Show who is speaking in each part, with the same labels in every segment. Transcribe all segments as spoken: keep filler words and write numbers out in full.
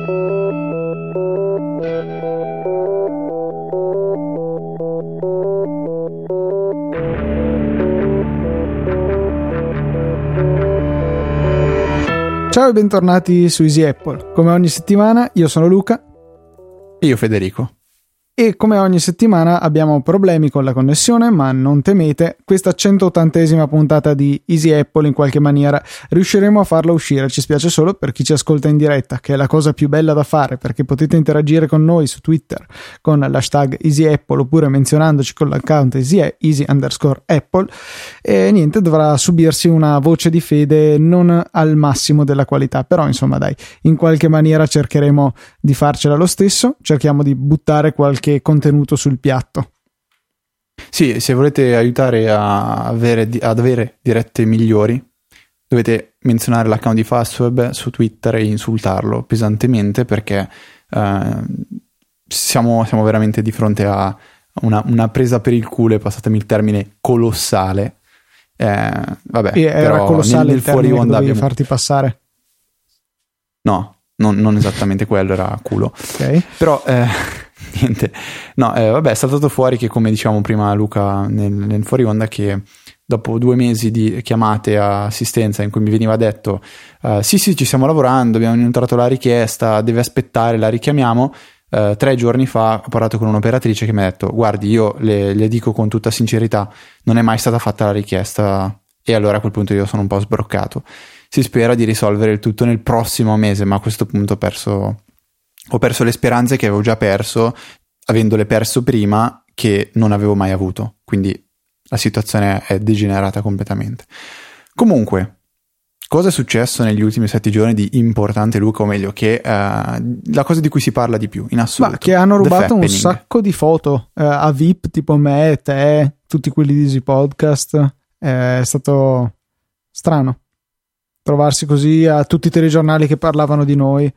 Speaker 1: Ciao e bentornati su Easy Apple. Come ogni settimana io sono Luca
Speaker 2: e io Federico.
Speaker 1: E come ogni settimana abbiamo problemi con la connessione, ma non temete, questa centottantesima puntata di Easy Apple in qualche maniera riusciremo a farla uscire. Ci spiace solo per chi ci ascolta in diretta, che è la cosa più bella da fare, perché potete interagire con noi su Twitter con l'hashtag Easy Apple oppure menzionandoci con l'account Easy, easy underscore Apple, e niente, dovrà subirsi una voce di fede non al massimo della qualità, però insomma dai, in qualche maniera cercheremo di farcela lo stesso, cerchiamo di buttare qualche contenuto sul piatto.
Speaker 2: Sì, se volete aiutare a avere, ad avere dirette migliori dovete menzionare l'account di Fastweb su Twitter e insultarlo pesantemente, perché eh, siamo, siamo veramente di fronte a una, una presa per il culo, passatemi il termine, colossale. Eh, vabbè,
Speaker 1: e era
Speaker 2: però
Speaker 1: colossale
Speaker 2: nel, nel
Speaker 1: il termine
Speaker 2: fuori onda
Speaker 1: che dovevi
Speaker 2: abbiamo...
Speaker 1: farti passare?
Speaker 2: No, non, non esattamente quello, era culo.
Speaker 1: Ok.
Speaker 2: Però eh, niente, no, eh, vabbè, è saltato fuori che, come dicevamo prima Luca nel, nel fuori onda, che dopo due mesi di chiamate a assistenza in cui mi veniva detto uh, sì sì ci stiamo lavorando, abbiamo inoltrato la richiesta, deve aspettare, la richiamiamo, uh, tre giorni fa ho parlato con un'operatrice che mi ha detto guardi, io le, le dico con tutta sincerità, non è mai stata fatta la richiesta. E allora a quel punto io sono un po' sbroccato. Si spera di risolvere il tutto nel prossimo mese, ma a questo punto ho perso ho perso le speranze che avevo già perso, avendole perso prima, che non avevo mai avuto. Quindi la situazione è degenerata completamente. Comunque, cosa è successo negli ultimi sette giorni di importante, Luca, o meglio, che uh, la cosa di cui si parla di più in assoluto?
Speaker 1: Ma che hanno rubato un sacco di foto uh, a V I P tipo me, te, tutti quelli di Easy Podcast. È stato strano trovarsi così a tutti i telegiornali che parlavano di noi.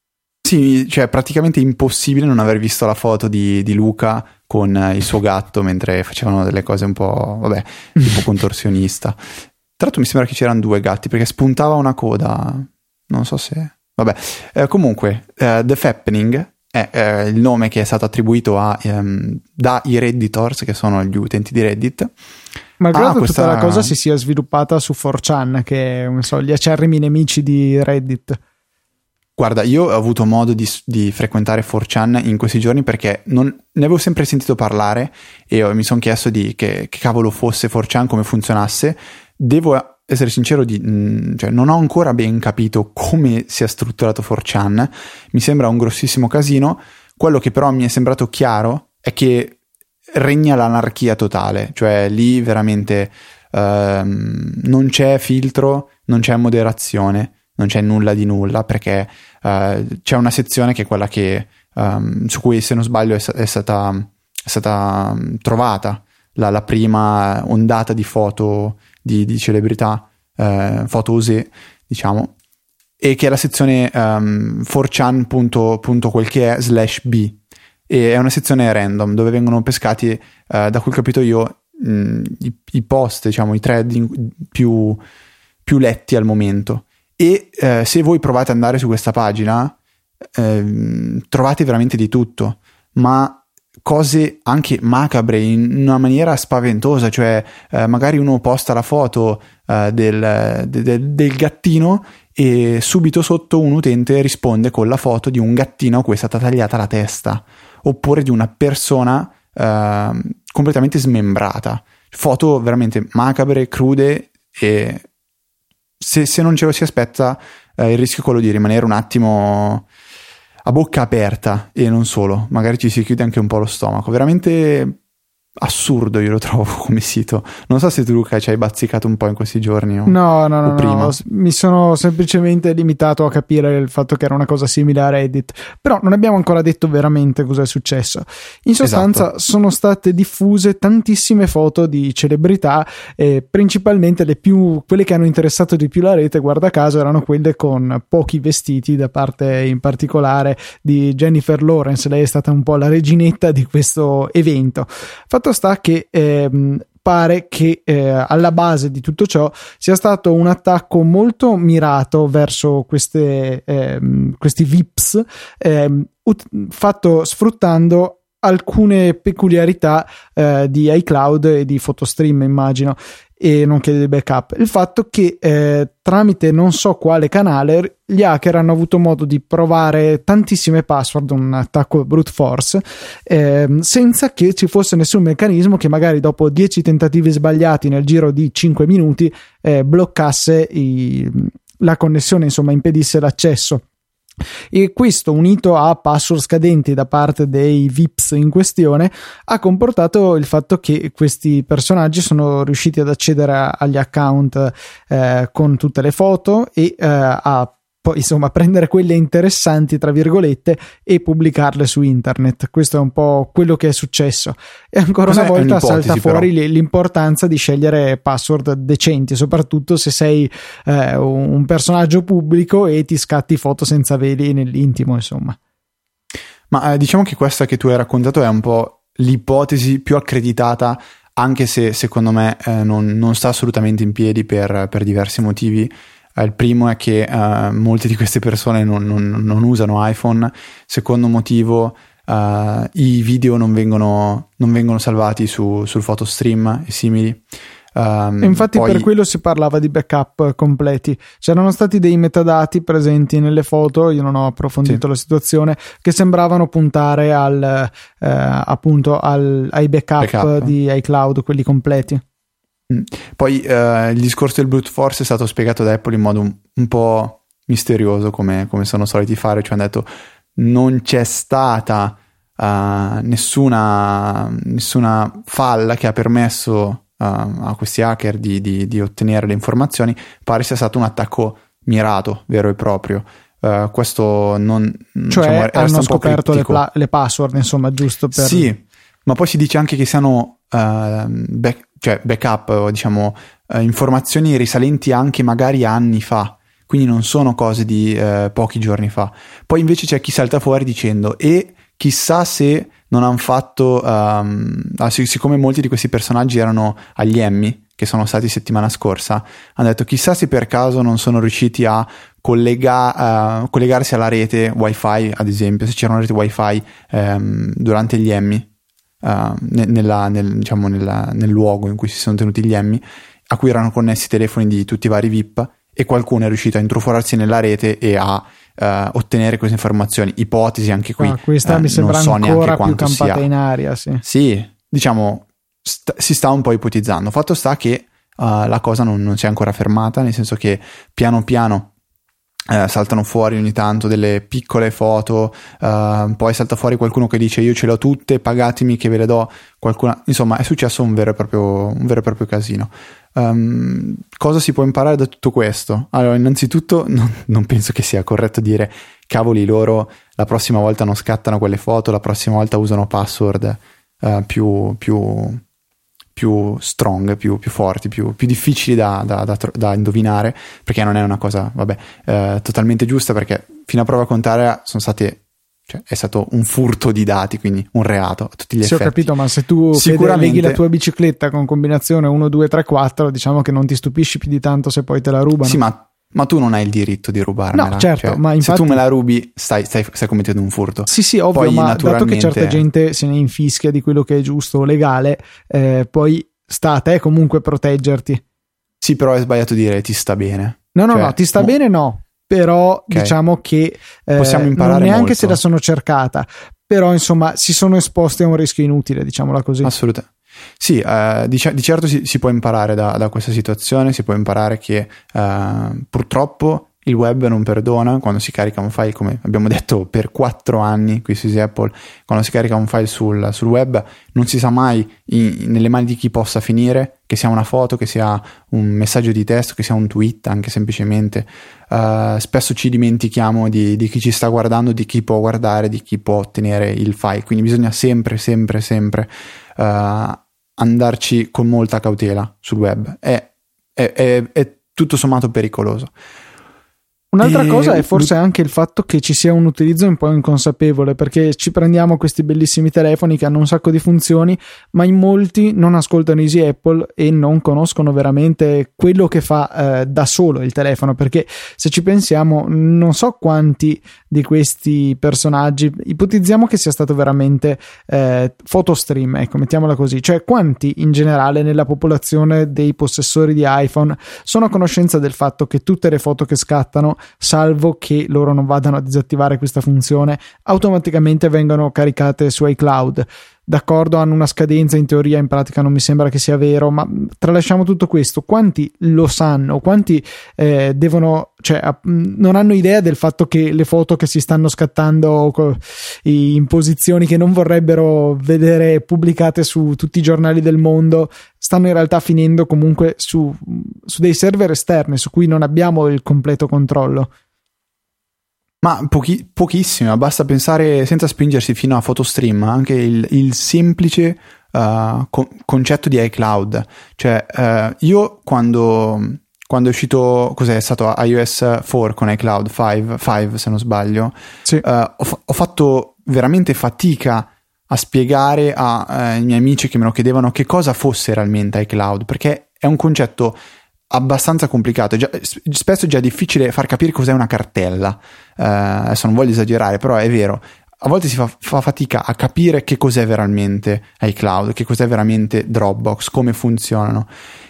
Speaker 2: Sì, cioè praticamente impossibile non aver visto la foto di, di Luca con il suo gatto mentre facevano delle cose un po', vabbè, tipo contorsionista. Tra l'altro mi sembra che c'erano due gatti, perché spuntava una coda, non so se... Vabbè, eh, comunque, uh, The Fappening è eh, il nome che è stato attribuito a, um, dai Redditors, che sono gli utenti di Reddit.
Speaker 1: Malgrado
Speaker 2: ah, questa...
Speaker 1: tutta la cosa si sia sviluppata su four chan, che non so, gli acerrimi nemici di Reddit.
Speaker 2: Guarda, io ho avuto modo di, di frequentare four chan in questi giorni, perché non, ne avevo sempre sentito parlare e io, mi sono chiesto di che, che cavolo fosse four chan, come funzionasse. Devo essere sincero, di, mh, cioè non ho ancora ben capito come sia strutturato four chan, mi sembra un grossissimo casino. Quello che però mi è sembrato chiaro è che regna l'anarchia totale, cioè lì veramente ehm, non c'è filtro, non c'è moderazione, non c'è nulla di nulla, perché eh, c'è una sezione che è quella che um, su cui, se non sbaglio, è, è stata è stata um, trovata la, la prima ondata di foto di, di celebrità, eh, foto osè, diciamo, e che è la sezione um, four chan punto quel che è slash b, e è una sezione random dove vengono pescati, eh, da quel capito io, mh, i, i post, diciamo, i thread in, più, più letti al momento. E eh, se voi provate ad andare su questa pagina, eh, trovate veramente di tutto, ma cose anche macabre in una maniera spaventosa. Cioè eh, magari uno posta la foto eh, del, de, de, del gattino e subito sotto un utente risponde con la foto di un gattino a cui è stata tagliata la testa, oppure di una persona eh, completamente smembrata. Foto veramente macabre, crude, e se, se non ce lo si aspetta eh, il rischio è quello di rimanere un attimo a bocca aperta, e non solo, magari ci si chiude anche un po' lo stomaco. Veramente assurdo io lo trovo come sito. Non so se tu, Luca, ci hai bazzicato un po' in questi giorni o,
Speaker 1: no no no,
Speaker 2: o prima.
Speaker 1: no mi sono semplicemente limitato a capire il fatto che era una cosa simile a Reddit, però non abbiamo ancora detto veramente cosa è successo. In sostanza, esatto, sono state diffuse tantissime foto di celebrità, e principalmente le più, quelle che hanno interessato di più la rete, guarda caso, erano quelle con pochi vestiti, da parte in particolare di Jennifer Lawrence. Lei è stata un po' la reginetta di questo evento. Fatto sta che ehm, pare che eh, alla base di tutto ciò sia stato un attacco molto mirato verso queste, eh, questi V I Ps, eh, ut- fatto sfruttando alcune peculiarità eh, di iCloud e di PhotoStream, immagino, e nonché dei backup. Il fatto che eh, tramite non so quale canale gli hacker hanno avuto modo di provare tantissime password, un attacco brute force, eh, senza che ci fosse nessun meccanismo che magari dopo dieci tentativi sbagliati nel giro di cinque minuti eh, bloccasse i, la connessione, insomma impedisse l'accesso. E questo, unito a password scadenti da parte dei V I Ps in questione, ha comportato il fatto che questi personaggi sono riusciti ad accedere agli account eh, con tutte le foto e eh, a poi insomma prendere quelle interessanti tra virgolette e pubblicarle su internet. Questo è un po' quello che è successo, e ancora
Speaker 2: Cos'è?
Speaker 1: una volta salta fuori
Speaker 2: però.
Speaker 1: l'importanza di scegliere password decenti, soprattutto se sei eh, un personaggio pubblico e ti scatti foto senza veli nell'intimo, insomma.
Speaker 2: Ma eh, diciamo che questa che tu hai raccontato è un po' l'ipotesi più accreditata, anche se secondo me eh, non, non sta assolutamente in piedi per, per diversi motivi. Il primo è che uh, molte di queste persone non, non, non usano iPhone. Secondo motivo, uh, i video non vengono, non vengono salvati su, sul PhotoStream e simili. Um,
Speaker 1: e infatti
Speaker 2: poi...
Speaker 1: per quello si parlava di backup completi. C'erano stati dei metadati presenti nelle foto, io non ho approfondito sì. la situazione, che sembravano puntare al, eh, appunto al, ai backup, backup di iCloud, quelli completi.
Speaker 2: Poi eh, il discorso del brute force è stato spiegato da Apple in modo un, un po' misterioso, come, come sono soliti fare, cioè hanno detto non c'è stata uh, nessuna, nessuna falla che ha permesso uh, a questi hacker di, di, di ottenere le informazioni, pare sia stato un attacco mirato, vero e proprio. Uh, questo non...
Speaker 1: Cioè diciamo, hanno scoperto le, pla- le password, insomma, giusto per...
Speaker 2: Sì, ma poi si dice anche che siano uh, back- cioè backup o diciamo uh, informazioni risalenti anche magari a anni fa, quindi non sono cose di uh, pochi giorni fa. Poi invece c'è chi salta fuori dicendo e chissà se non hanno fatto um, ah, sic- siccome molti di questi personaggi erano agli Emmy che sono stati settimana scorsa, hanno detto chissà se per caso non sono riusciti a collega- uh, collegarsi alla rete wifi, ad esempio, se c'era una rete wifi um, durante gli Emmy. Uh, nella, nel, diciamo nella, nel luogo in cui si sono tenuti gli Emmy, a cui erano connessi i telefoni di tutti i vari V I P, e qualcuno è riuscito a intrufolarsi nella rete e a uh, ottenere queste informazioni. Ipotesi anche qui,
Speaker 1: ah, questa
Speaker 2: uh,
Speaker 1: mi sembra
Speaker 2: non so
Speaker 1: ancora più campata
Speaker 2: sia.
Speaker 1: in aria. Sì,
Speaker 2: sì diciamo st- si sta un po' ipotizzando. Fatto sta che uh, la cosa non, non si è ancora fermata, nel senso che piano piano Eh, saltano fuori ogni tanto delle piccole foto, uh, poi salta fuori qualcuno che dice io ce le ho tutte, pagatemi che ve le do, qualcuna... insomma è successo un vero e proprio, un vero e proprio casino. Um, cosa si può imparare da tutto questo? Allora, innanzitutto non, non penso che sia corretto dire cavoli, loro la prossima volta non scattano quelle foto, la prossima volta usano password uh, più, più più strong, più, più forti, più, più difficili da, da, da, da indovinare, perché non è una cosa, vabbè, eh, totalmente giusta, perché fino a prova contraria sono state, cioè è stato un furto di dati, quindi un reato a tutti gli
Speaker 1: sì,
Speaker 2: effetti.
Speaker 1: Ho capito, ma se tu sicuramente leghi la tua bicicletta con combinazione uno, due, tre, quattro, diciamo che non ti stupisci più di tanto se poi te la rubano.
Speaker 2: Sì, ma Ma tu non hai il diritto di rubarmela.
Speaker 1: No, certo,
Speaker 2: cioè,
Speaker 1: ma infatti...
Speaker 2: se tu me la rubi stai, stai, stai commettendo un furto.
Speaker 1: Sì, sì, ovvio, poi, ma naturalmente... dato che certa gente se ne infischia di quello che è giusto o legale, eh, poi sta a te comunque proteggerti.
Speaker 2: Sì, però è sbagliato dire ti sta bene.
Speaker 1: No, no,
Speaker 2: cioè,
Speaker 1: no, ti sta
Speaker 2: mo...
Speaker 1: bene no, però okay. diciamo che eh,
Speaker 2: possiamo imparare
Speaker 1: non neanche
Speaker 2: molto.
Speaker 1: se la sono cercata, però insomma si sono esposti a un rischio inutile, diciamola così.
Speaker 2: Assolutamente. Sì, eh, di, di certo si, si può imparare da, da questa situazione, si può imparare che eh, purtroppo il web non perdona quando si carica un file, come abbiamo detto per quattro anni qui su Easy Apple, quando si carica un file sul, sul web non si sa mai in, nelle mani di chi possa finire, che sia una foto, che sia un messaggio di testo, che sia un tweet anche semplicemente. Uh, spesso ci dimentichiamo di, di chi ci sta guardando, di chi può guardare, di chi può ottenere il file, quindi bisogna sempre, sempre, sempre uh, andarci con molta cautela sul web. È, è, è, è tutto sommato pericoloso.
Speaker 1: Un'altra
Speaker 2: e...
Speaker 1: cosa è forse anche il fatto che ci sia un utilizzo un po' inconsapevole, perché ci prendiamo questi bellissimi telefoni che hanno un sacco di funzioni, ma in molti non ascoltano Easy Apple e non conoscono veramente quello che fa eh, da solo il telefono, perché se ci pensiamo non so quanti di questi personaggi, ipotizziamo che sia stato veramente eh, photostream, ecco, mettiamola così, cioè quanti in generale nella popolazione dei possessori di iPhone sono a conoscenza del fatto che tutte le foto che scattano, salvo che loro non vadano a disattivare questa funzione, automaticamente vengono caricate su iCloud. D'accordo, hanno una scadenza, in teoria, in pratica non mi sembra che sia vero, ma tralasciamo tutto questo. Quanti lo sanno? Quanti eh, devono, cioè, non hanno idea del fatto che le foto che si stanno scattando in posizioni che non vorrebbero vedere pubblicate su tutti i giornali del mondo stanno in realtà finendo comunque su, su dei server esterni su cui non abbiamo il completo controllo?
Speaker 2: Ma pochi, pochissimo, basta pensare, senza spingersi fino a PhotoStream, anche il, il semplice uh, co- concetto di iCloud. Cioè, uh, io quando, quando è uscito, cos'è, è stato iOS quattro con iCloud, cinque, cinque se non sbaglio,
Speaker 1: sì.
Speaker 2: uh, ho, fa- ho fatto veramente fatica a spiegare ai uh, miei amici che me lo chiedevano che cosa fosse realmente iCloud, perché è un concetto abbastanza complicato, già, spesso è già difficile far capire cos'è una cartella, uh, adesso non voglio esagerare, però è vero, a volte si fa, fa fatica a capire che cos'è veramente iCloud, che cos'è veramente Dropbox, come funzionano,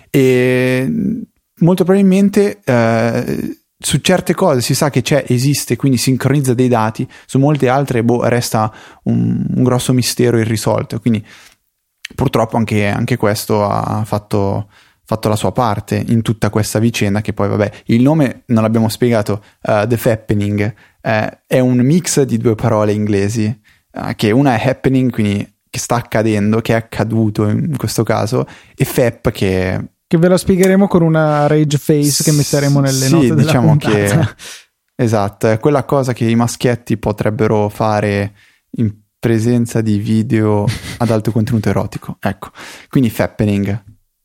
Speaker 2: e molto probabilmente uh, su certe cose si sa che c'è, esiste, quindi sincronizza dei dati, su molte altre boh, resta un, un grosso mistero irrisolto, quindi purtroppo anche, anche questo ha fatto fatto la sua parte in tutta questa vicenda, che poi vabbè, il nome non l'abbiamo spiegato, uh, The Fappening uh, è un mix di due parole inglesi, uh, che una è happening, quindi che sta accadendo, che è accaduto in questo caso, e fap che
Speaker 1: che ve la spiegheremo con una rage face che metteremo nelle
Speaker 2: sì,
Speaker 1: note della
Speaker 2: diciamo
Speaker 1: puntata.
Speaker 2: Che esatto, è quella cosa che i maschietti potrebbero fare in presenza di video ad alto contenuto erotico, ecco, quindi fappening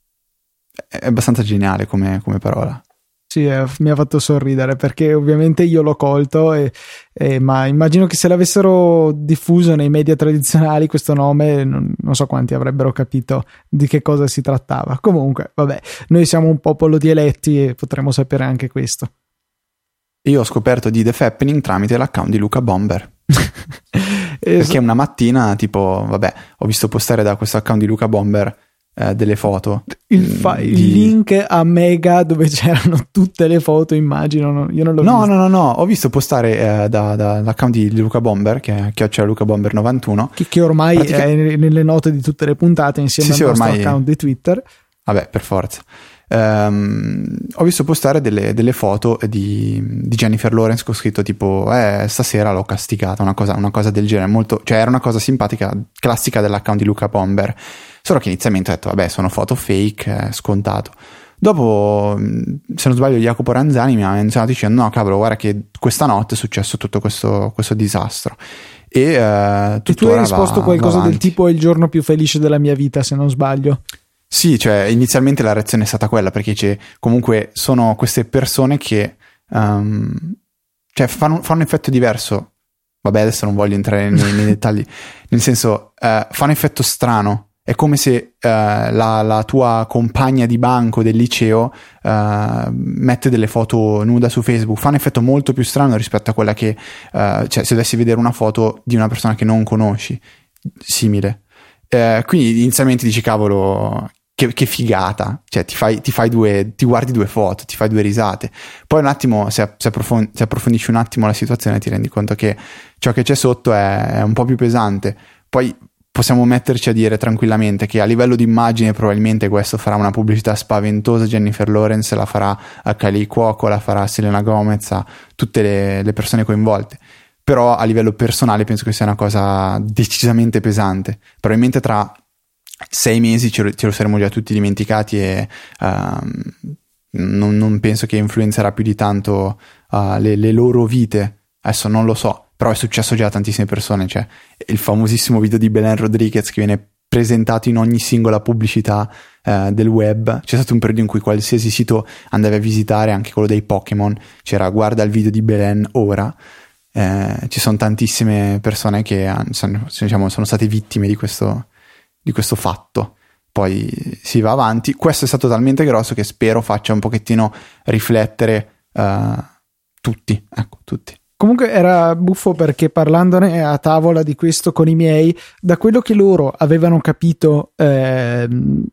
Speaker 2: è abbastanza geniale come, come parola.
Speaker 1: Sì, eh, mi ha fatto sorridere perché ovviamente io l'ho colto, e, e, ma immagino che se l'avessero diffuso nei media tradizionali questo nome non, non so quanti avrebbero capito di che cosa si trattava. Comunque, vabbè, noi siamo un popolo di eletti e potremmo sapere anche questo.
Speaker 2: Io ho scoperto di The Fappening tramite l'account di Luca Bomber. Perché una mattina, tipo, vabbè, ho visto postare da questo account di Luca Bomber Eh, delle foto,
Speaker 1: il, fa-
Speaker 2: di...
Speaker 1: il link a Mega dove c'erano tutte le foto, immagino. No, io non l'ho
Speaker 2: no,
Speaker 1: visto.
Speaker 2: no, no, no, ho visto postare eh, da, da, dall'account di Luca Bomber, che è chiocciola Luca Bomber novantuno,
Speaker 1: che, che ormai
Speaker 2: Pratica...
Speaker 1: è nelle note di tutte le puntate insieme
Speaker 2: sì,
Speaker 1: al
Speaker 2: sì,
Speaker 1: nostro
Speaker 2: ormai...
Speaker 1: account di Twitter.
Speaker 2: Vabbè, per forza. Um, ho visto postare delle, delle foto di, di Jennifer Lawrence con scritto tipo eh, stasera l'ho castigata, una cosa, una cosa del genere, molto, cioè era una cosa simpatica, classica dell'account di Luca Bomber, solo che inizialmente ho detto vabbè, sono foto fake, eh, scontato. Dopo, se non sbaglio, Jacopo Ranzani mi ha menzionato dicendo no cavolo, guarda che questa notte è successo tutto questo, questo disastro, e, eh,
Speaker 1: e tu hai risposto
Speaker 2: va,
Speaker 1: qualcosa
Speaker 2: va
Speaker 1: del tipo è il giorno più felice della mia vita, se non sbaglio.
Speaker 2: Sì, cioè inizialmente la reazione è stata quella, perché c'è, comunque sono queste persone che um, cioè fanno, fanno un effetto diverso. Vabbè, adesso non voglio entrare nei, nei dettagli, nel senso uh, fanno effetto strano. È come se uh, la, la tua compagna di banco del liceo uh, mette delle foto nuda su Facebook. Fa un effetto molto più strano rispetto a quella che uh, cioè se dovessi vedere una foto di una persona che non conosci, simile. Uh, quindi inizialmente dici cavolo, Che, che figata, cioè ti fai, ti fai due, ti guardi due foto, ti fai due risate, poi un attimo se, se, approfond, se approfondisci un attimo la situazione ti rendi conto che ciò che c'è sotto è, è un po' più pesante. Poi possiamo metterci a dire tranquillamente che a livello di immagine probabilmente questo farà una pubblicità spaventosa, Jennifer Lawrence la farà a Kylie Cuoco, la farà a Selena Gomez, a tutte le, le persone coinvolte, però a livello personale penso che sia una cosa decisamente pesante. Probabilmente tra sei mesi ce lo, ce lo saremo già tutti dimenticati e um, non, non penso che influenzerà più di tanto uh, le, le loro vite. Adesso non lo so, però è successo già a tantissime persone. Cioè il famosissimo video di Belen Rodriguez che viene presentato in ogni singola pubblicità eh, del web. C'è stato un periodo in cui qualsiasi sito andavi a visitare, anche quello dei Pokémon, c'era guarda il video di Belen ora. Eh, ci sono tantissime persone che sono, diciamo, sono state vittime di questo, di questo fatto. Poi si va avanti. Questo è stato talmente grosso che spero faccia un pochettino riflettere uh, tutti, ecco, tutti.
Speaker 1: Comunque era buffo perché parlandone a tavola di questo con i miei, da quello che loro avevano capito eh,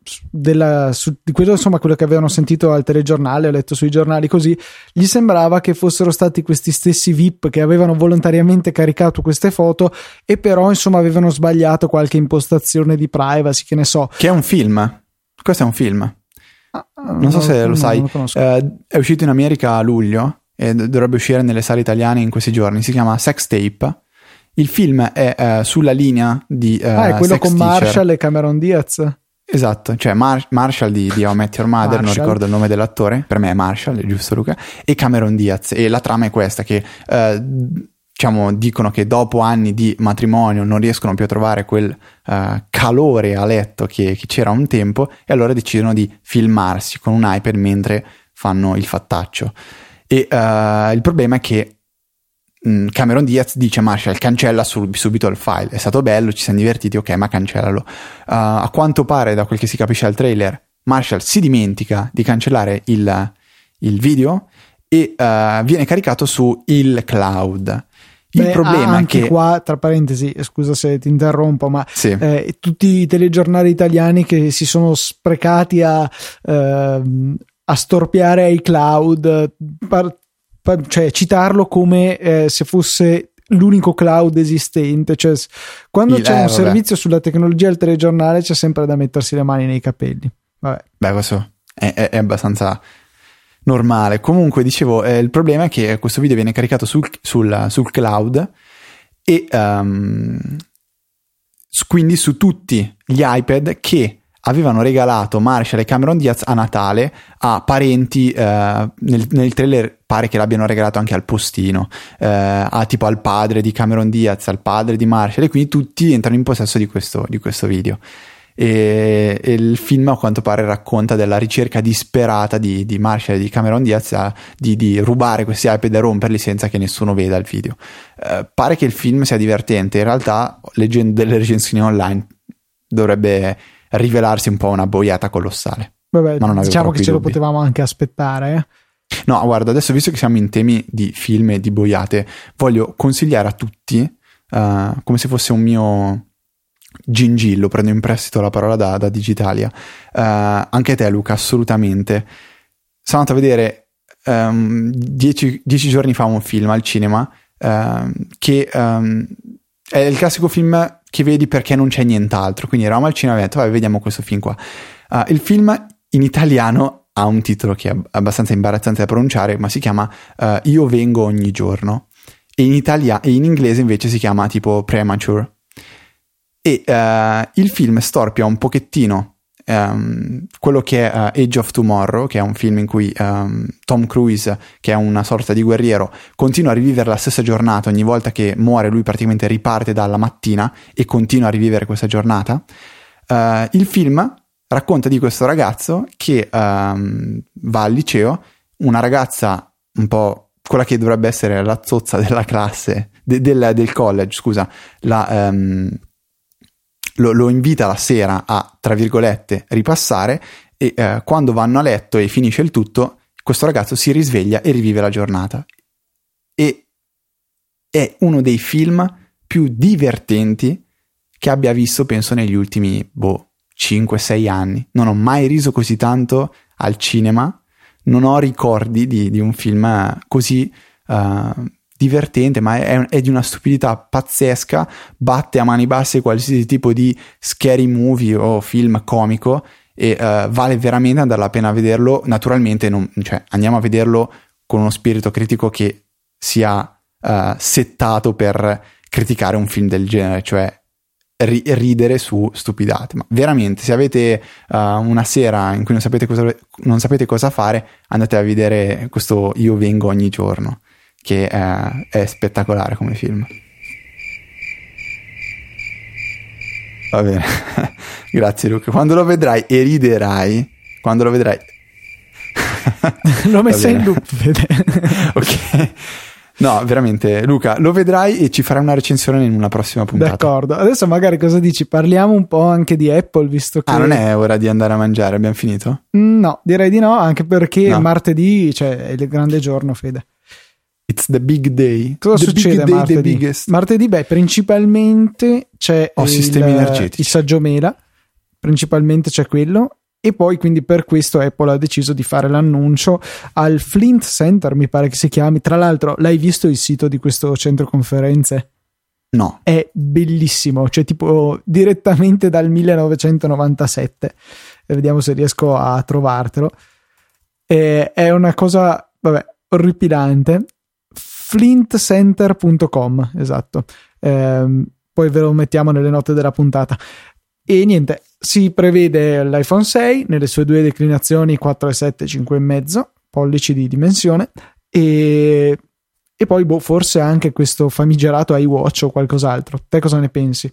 Speaker 1: della, su, di quello, insomma, quello che avevano sentito al telegiornale, ho letto sui giornali così, gli sembrava che fossero stati questi stessi V I P che avevano volontariamente caricato queste foto e però insomma avevano sbagliato qualche impostazione di privacy, che ne so.
Speaker 2: Che è un film, questo è un film. Ah, non so se lo no, sai, lo eh, è uscito in America a luglio e dovrebbe uscire nelle sale italiane in questi giorni. Si chiama Sex Tape. Il film è uh, sulla linea di uh,
Speaker 1: ah, è quello
Speaker 2: Sex
Speaker 1: con
Speaker 2: Teacher.
Speaker 1: Marshall e Cameron Diaz.
Speaker 2: Esatto, cioè Mar- Marshall di, di How I Met Your Mother, Marshall. Non ricordo il nome dell'attore, per me è Marshall, è giusto Luca, e Cameron Diaz. E la trama è questa, che uh, diciamo dicono che dopo anni di matrimonio non riescono più a trovare quel uh, calore a letto che, che c'era un tempo, e allora decidono di filmarsi con un iPad mentre fanno il fattaccio. E uh, il problema è che mh, Cameron Diaz dice a Marshall cancella sub- subito il file, è stato bello, ci siamo divertiti, ok, ma cancellalo. Uh, a quanto pare, da quel che si capisce al trailer, Marshall si dimentica di cancellare il, il video e uh, viene caricato su il cloud. Il
Speaker 1: Beh,
Speaker 2: problema
Speaker 1: anche
Speaker 2: è che
Speaker 1: qua, tra parentesi, scusa se ti interrompo, ma
Speaker 2: sì.
Speaker 1: eh, tutti i telegiornali italiani che si sono sprecati a eh, a storpiare ai cloud, par, par, cioè citarlo come eh, se fosse l'unico cloud esistente, cioè quando il, c'è eh, un vabbè. servizio sulla tecnologia al telegiornale c'è sempre da mettersi le mani nei capelli. Vabbè.
Speaker 2: Beh, questo è, è, è abbastanza normale. Comunque dicevo, eh, il problema è che questo video viene caricato sul, sul, sul cloud e um, quindi su tutti gli iPad che avevano regalato Marshall e Cameron Diaz a Natale a parenti, eh, nel, nel trailer pare che l'abbiano regalato anche al postino, eh, a, tipo al padre di Cameron Diaz, al padre di Marshall, e quindi tutti entrano in possesso di questo, di questo video. E, e il film a quanto pare racconta della ricerca disperata di, di Marshall e di Cameron Diaz a, di, di rubare questi iPad e romperli senza che nessuno veda il video. Eh, pare che il film sia divertente, in realtà leggendo delle recensioni online dovrebbe rivelarsi un po' una boiata colossale.
Speaker 1: Vabbè,
Speaker 2: ma non
Speaker 1: diciamo che ce
Speaker 2: dubbi.
Speaker 1: lo potevamo anche aspettare. Eh?
Speaker 2: No, guarda, adesso visto che siamo in temi di film e di boiate, voglio consigliare a tutti, uh, come se fosse un mio gingillo, prendo in prestito la parola da, da Digitalia, uh, anche te Luca, assolutamente. Sono andato a vedere um, dieci, dieci giorni fa un film al cinema uh, che um, è il classico film che vedi perché non c'è nient'altro, quindi eravamo al cinema e abbiamo detto, vai, vediamo questo film qua. Uh, il film in italiano ha un titolo che è abbastanza imbarazzante da pronunciare, ma si chiama uh, Io vengo ogni giorno, e in, Italia- e in inglese invece si chiama tipo Premature. E uh, il film storpia un pochettino um, quello che è uh, Age of Tomorrow, che è un film in cui um, Tom Cruise, che è una sorta di guerriero, continua a rivivere la stessa giornata. Ogni volta che muore lui praticamente riparte dalla mattina e continua a rivivere questa giornata. Uh, il film racconta di questo ragazzo che um, va al liceo, una ragazza un po' quella che dovrebbe essere la zozza della classe, de- del, del college, scusa, la... Um, Lo, lo invita la sera a, tra virgolette, ripassare, e eh, quando vanno a letto e finisce il tutto, questo ragazzo si risveglia e rivive la giornata. E è uno dei film più divertenti che abbia visto, penso, negli ultimi, boh, cinque sei anni. Non ho mai riso così tanto al cinema, non ho ricordi di, di un film così... Uh, divertente, ma è, è di una stupidità pazzesca, batte a mani basse qualsiasi tipo di scary movie o film comico, e uh, vale veramente andare la pena a vederlo. Naturalmente non, cioè, andiamo a vederlo con uno spirito critico che sia uh, settato per criticare un film del genere, cioè ri- ridere su stupidate. Ma veramente, se avete uh, una sera in cui non sapete cosa, non sapete cosa fare, andate a vedere questo Io vengo ogni giorno, che è, è spettacolare come film. Va bene. Grazie Luca, quando lo vedrai e riderai, quando lo vedrai...
Speaker 1: L'ho messa in loop, vede.
Speaker 2: Ok. No, veramente, Luca, lo vedrai e ci farai una recensione in una prossima puntata.
Speaker 1: D'accordo. Adesso magari cosa dici? Parliamo un po' anche di Apple, visto che...
Speaker 2: Ah, non è ora di andare a mangiare, abbiamo finito?
Speaker 1: No, direi di no, anche perché
Speaker 2: no.
Speaker 1: martedì, cioè, è il grande giorno, Fede.
Speaker 2: It's the big day.
Speaker 1: Cosa
Speaker 2: the
Speaker 1: succede
Speaker 2: big
Speaker 1: martedì?
Speaker 2: Day, the biggest.
Speaker 1: Martedì, beh, principalmente c'è
Speaker 2: Ho
Speaker 1: il,
Speaker 2: sistemi energetici.
Speaker 1: il saggio mela, principalmente c'è quello. E poi quindi per questo Apple ha deciso di fare l'annuncio al Flint Center, mi pare che si chiami. Tra l'altro, l'hai visto il sito di questo centro conferenze?
Speaker 2: No.
Speaker 1: È bellissimo, cioè tipo direttamente dal millenovecentonovantasette. E vediamo se riesco a trovartelo. E è una cosa, vabbè, orripilante. flint center punto com, esatto. Ehm, poi ve lo mettiamo nelle note della puntata. E niente, si prevede l'iPhone sei nelle sue due declinazioni quattro virgola sette e cinque virgola cinque pollici di dimensione e, e poi boh, forse anche questo famigerato iWatch o qualcos'altro. Te cosa ne pensi?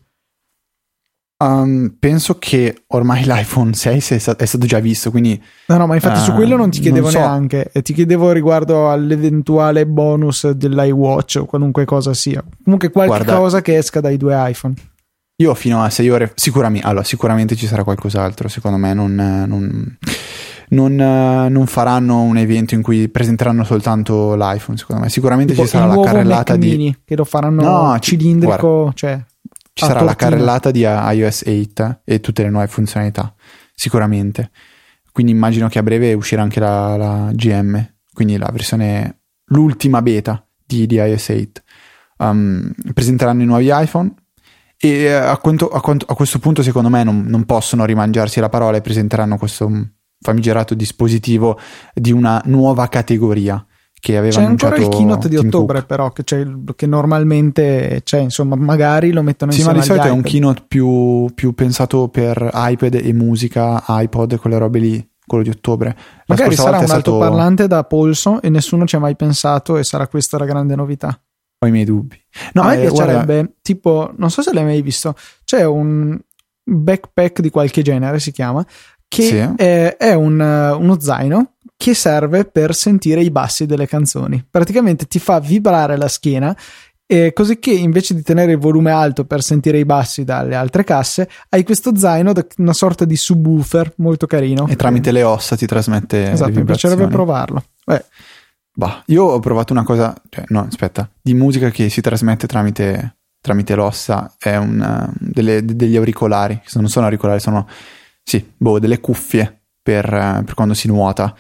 Speaker 2: Um, penso che ormai l'iPhone sei è stato già visto, quindi...
Speaker 1: No, no, ma infatti uh, su quello non ti chiedevo
Speaker 2: non so.
Speaker 1: neanche, e ti chiedevo riguardo all'eventuale bonus dell'iWatch o qualunque cosa sia. Comunque qualche
Speaker 2: Guarda,
Speaker 1: cosa che esca dai due iPhone.
Speaker 2: Io fino a sei ore sicuramente, allora, sicuramente ci sarà qualcos'altro, secondo me non, non, non, non faranno un evento in cui presenteranno soltanto l'iPhone, secondo me sicuramente
Speaker 1: tipo
Speaker 2: ci sarà
Speaker 1: il
Speaker 2: la carrellata
Speaker 1: Mac
Speaker 2: di
Speaker 1: Mini, che lo faranno
Speaker 2: no,
Speaker 1: cilindrico,
Speaker 2: guarda,
Speaker 1: cioè
Speaker 2: ci sarà la carrellata di iOS otto e tutte le nuove funzionalità, sicuramente, quindi immagino che a breve uscirà anche la, la G M, quindi la versione, l'ultima beta di, di iOS otto. Um, presenteranno i nuovi iPhone. E a, quanto, a, quanto, a questo punto secondo me non, non possono rimangiarsi la parola e presenteranno questo famigerato dispositivo di una nuova categoria che aveva
Speaker 1: c'è
Speaker 2: annunciato
Speaker 1: ancora il keynote di
Speaker 2: Tim
Speaker 1: ottobre
Speaker 2: Cook.
Speaker 1: però che, c'è, che normalmente c'è, insomma magari lo mettono
Speaker 2: sì,
Speaker 1: insieme
Speaker 2: ma di solito
Speaker 1: agli
Speaker 2: è un
Speaker 1: iPad.
Speaker 2: keynote più, più pensato per iPad e musica, iPod, quelle robe lì, quello di ottobre. La
Speaker 1: magari sarà un
Speaker 2: stato...
Speaker 1: altoparlante da polso e nessuno ci ha mai pensato e sarà questa la grande novità.
Speaker 2: Ho i miei dubbi.
Speaker 1: No, a me
Speaker 2: eh,
Speaker 1: piacerebbe,
Speaker 2: guarda...
Speaker 1: tipo, non so se l'hai mai visto, c'è un backpack di qualche genere, si chiama, che
Speaker 2: sì.
Speaker 1: è, è un, uno zaino che serve per sentire i bassi delle canzoni. Praticamente ti fa vibrare la schiena, e così che invece di tenere il volume alto per sentire i bassi dalle altre casse, hai questo zaino, una sorta di subwoofer molto carino.
Speaker 2: E tramite le ossa ti trasmette
Speaker 1: esatto,
Speaker 2: le
Speaker 1: mi piacerebbe
Speaker 2: vibrazioni.
Speaker 1: provarlo. Beh.
Speaker 2: Bah, io ho provato una cosa, cioè, no, aspetta, di musica che si trasmette tramite, tramite l'ossa, è un, delle, degli auricolari, non sono auricolari, sono, sì, boh, delle cuffie per, per quando si nuota,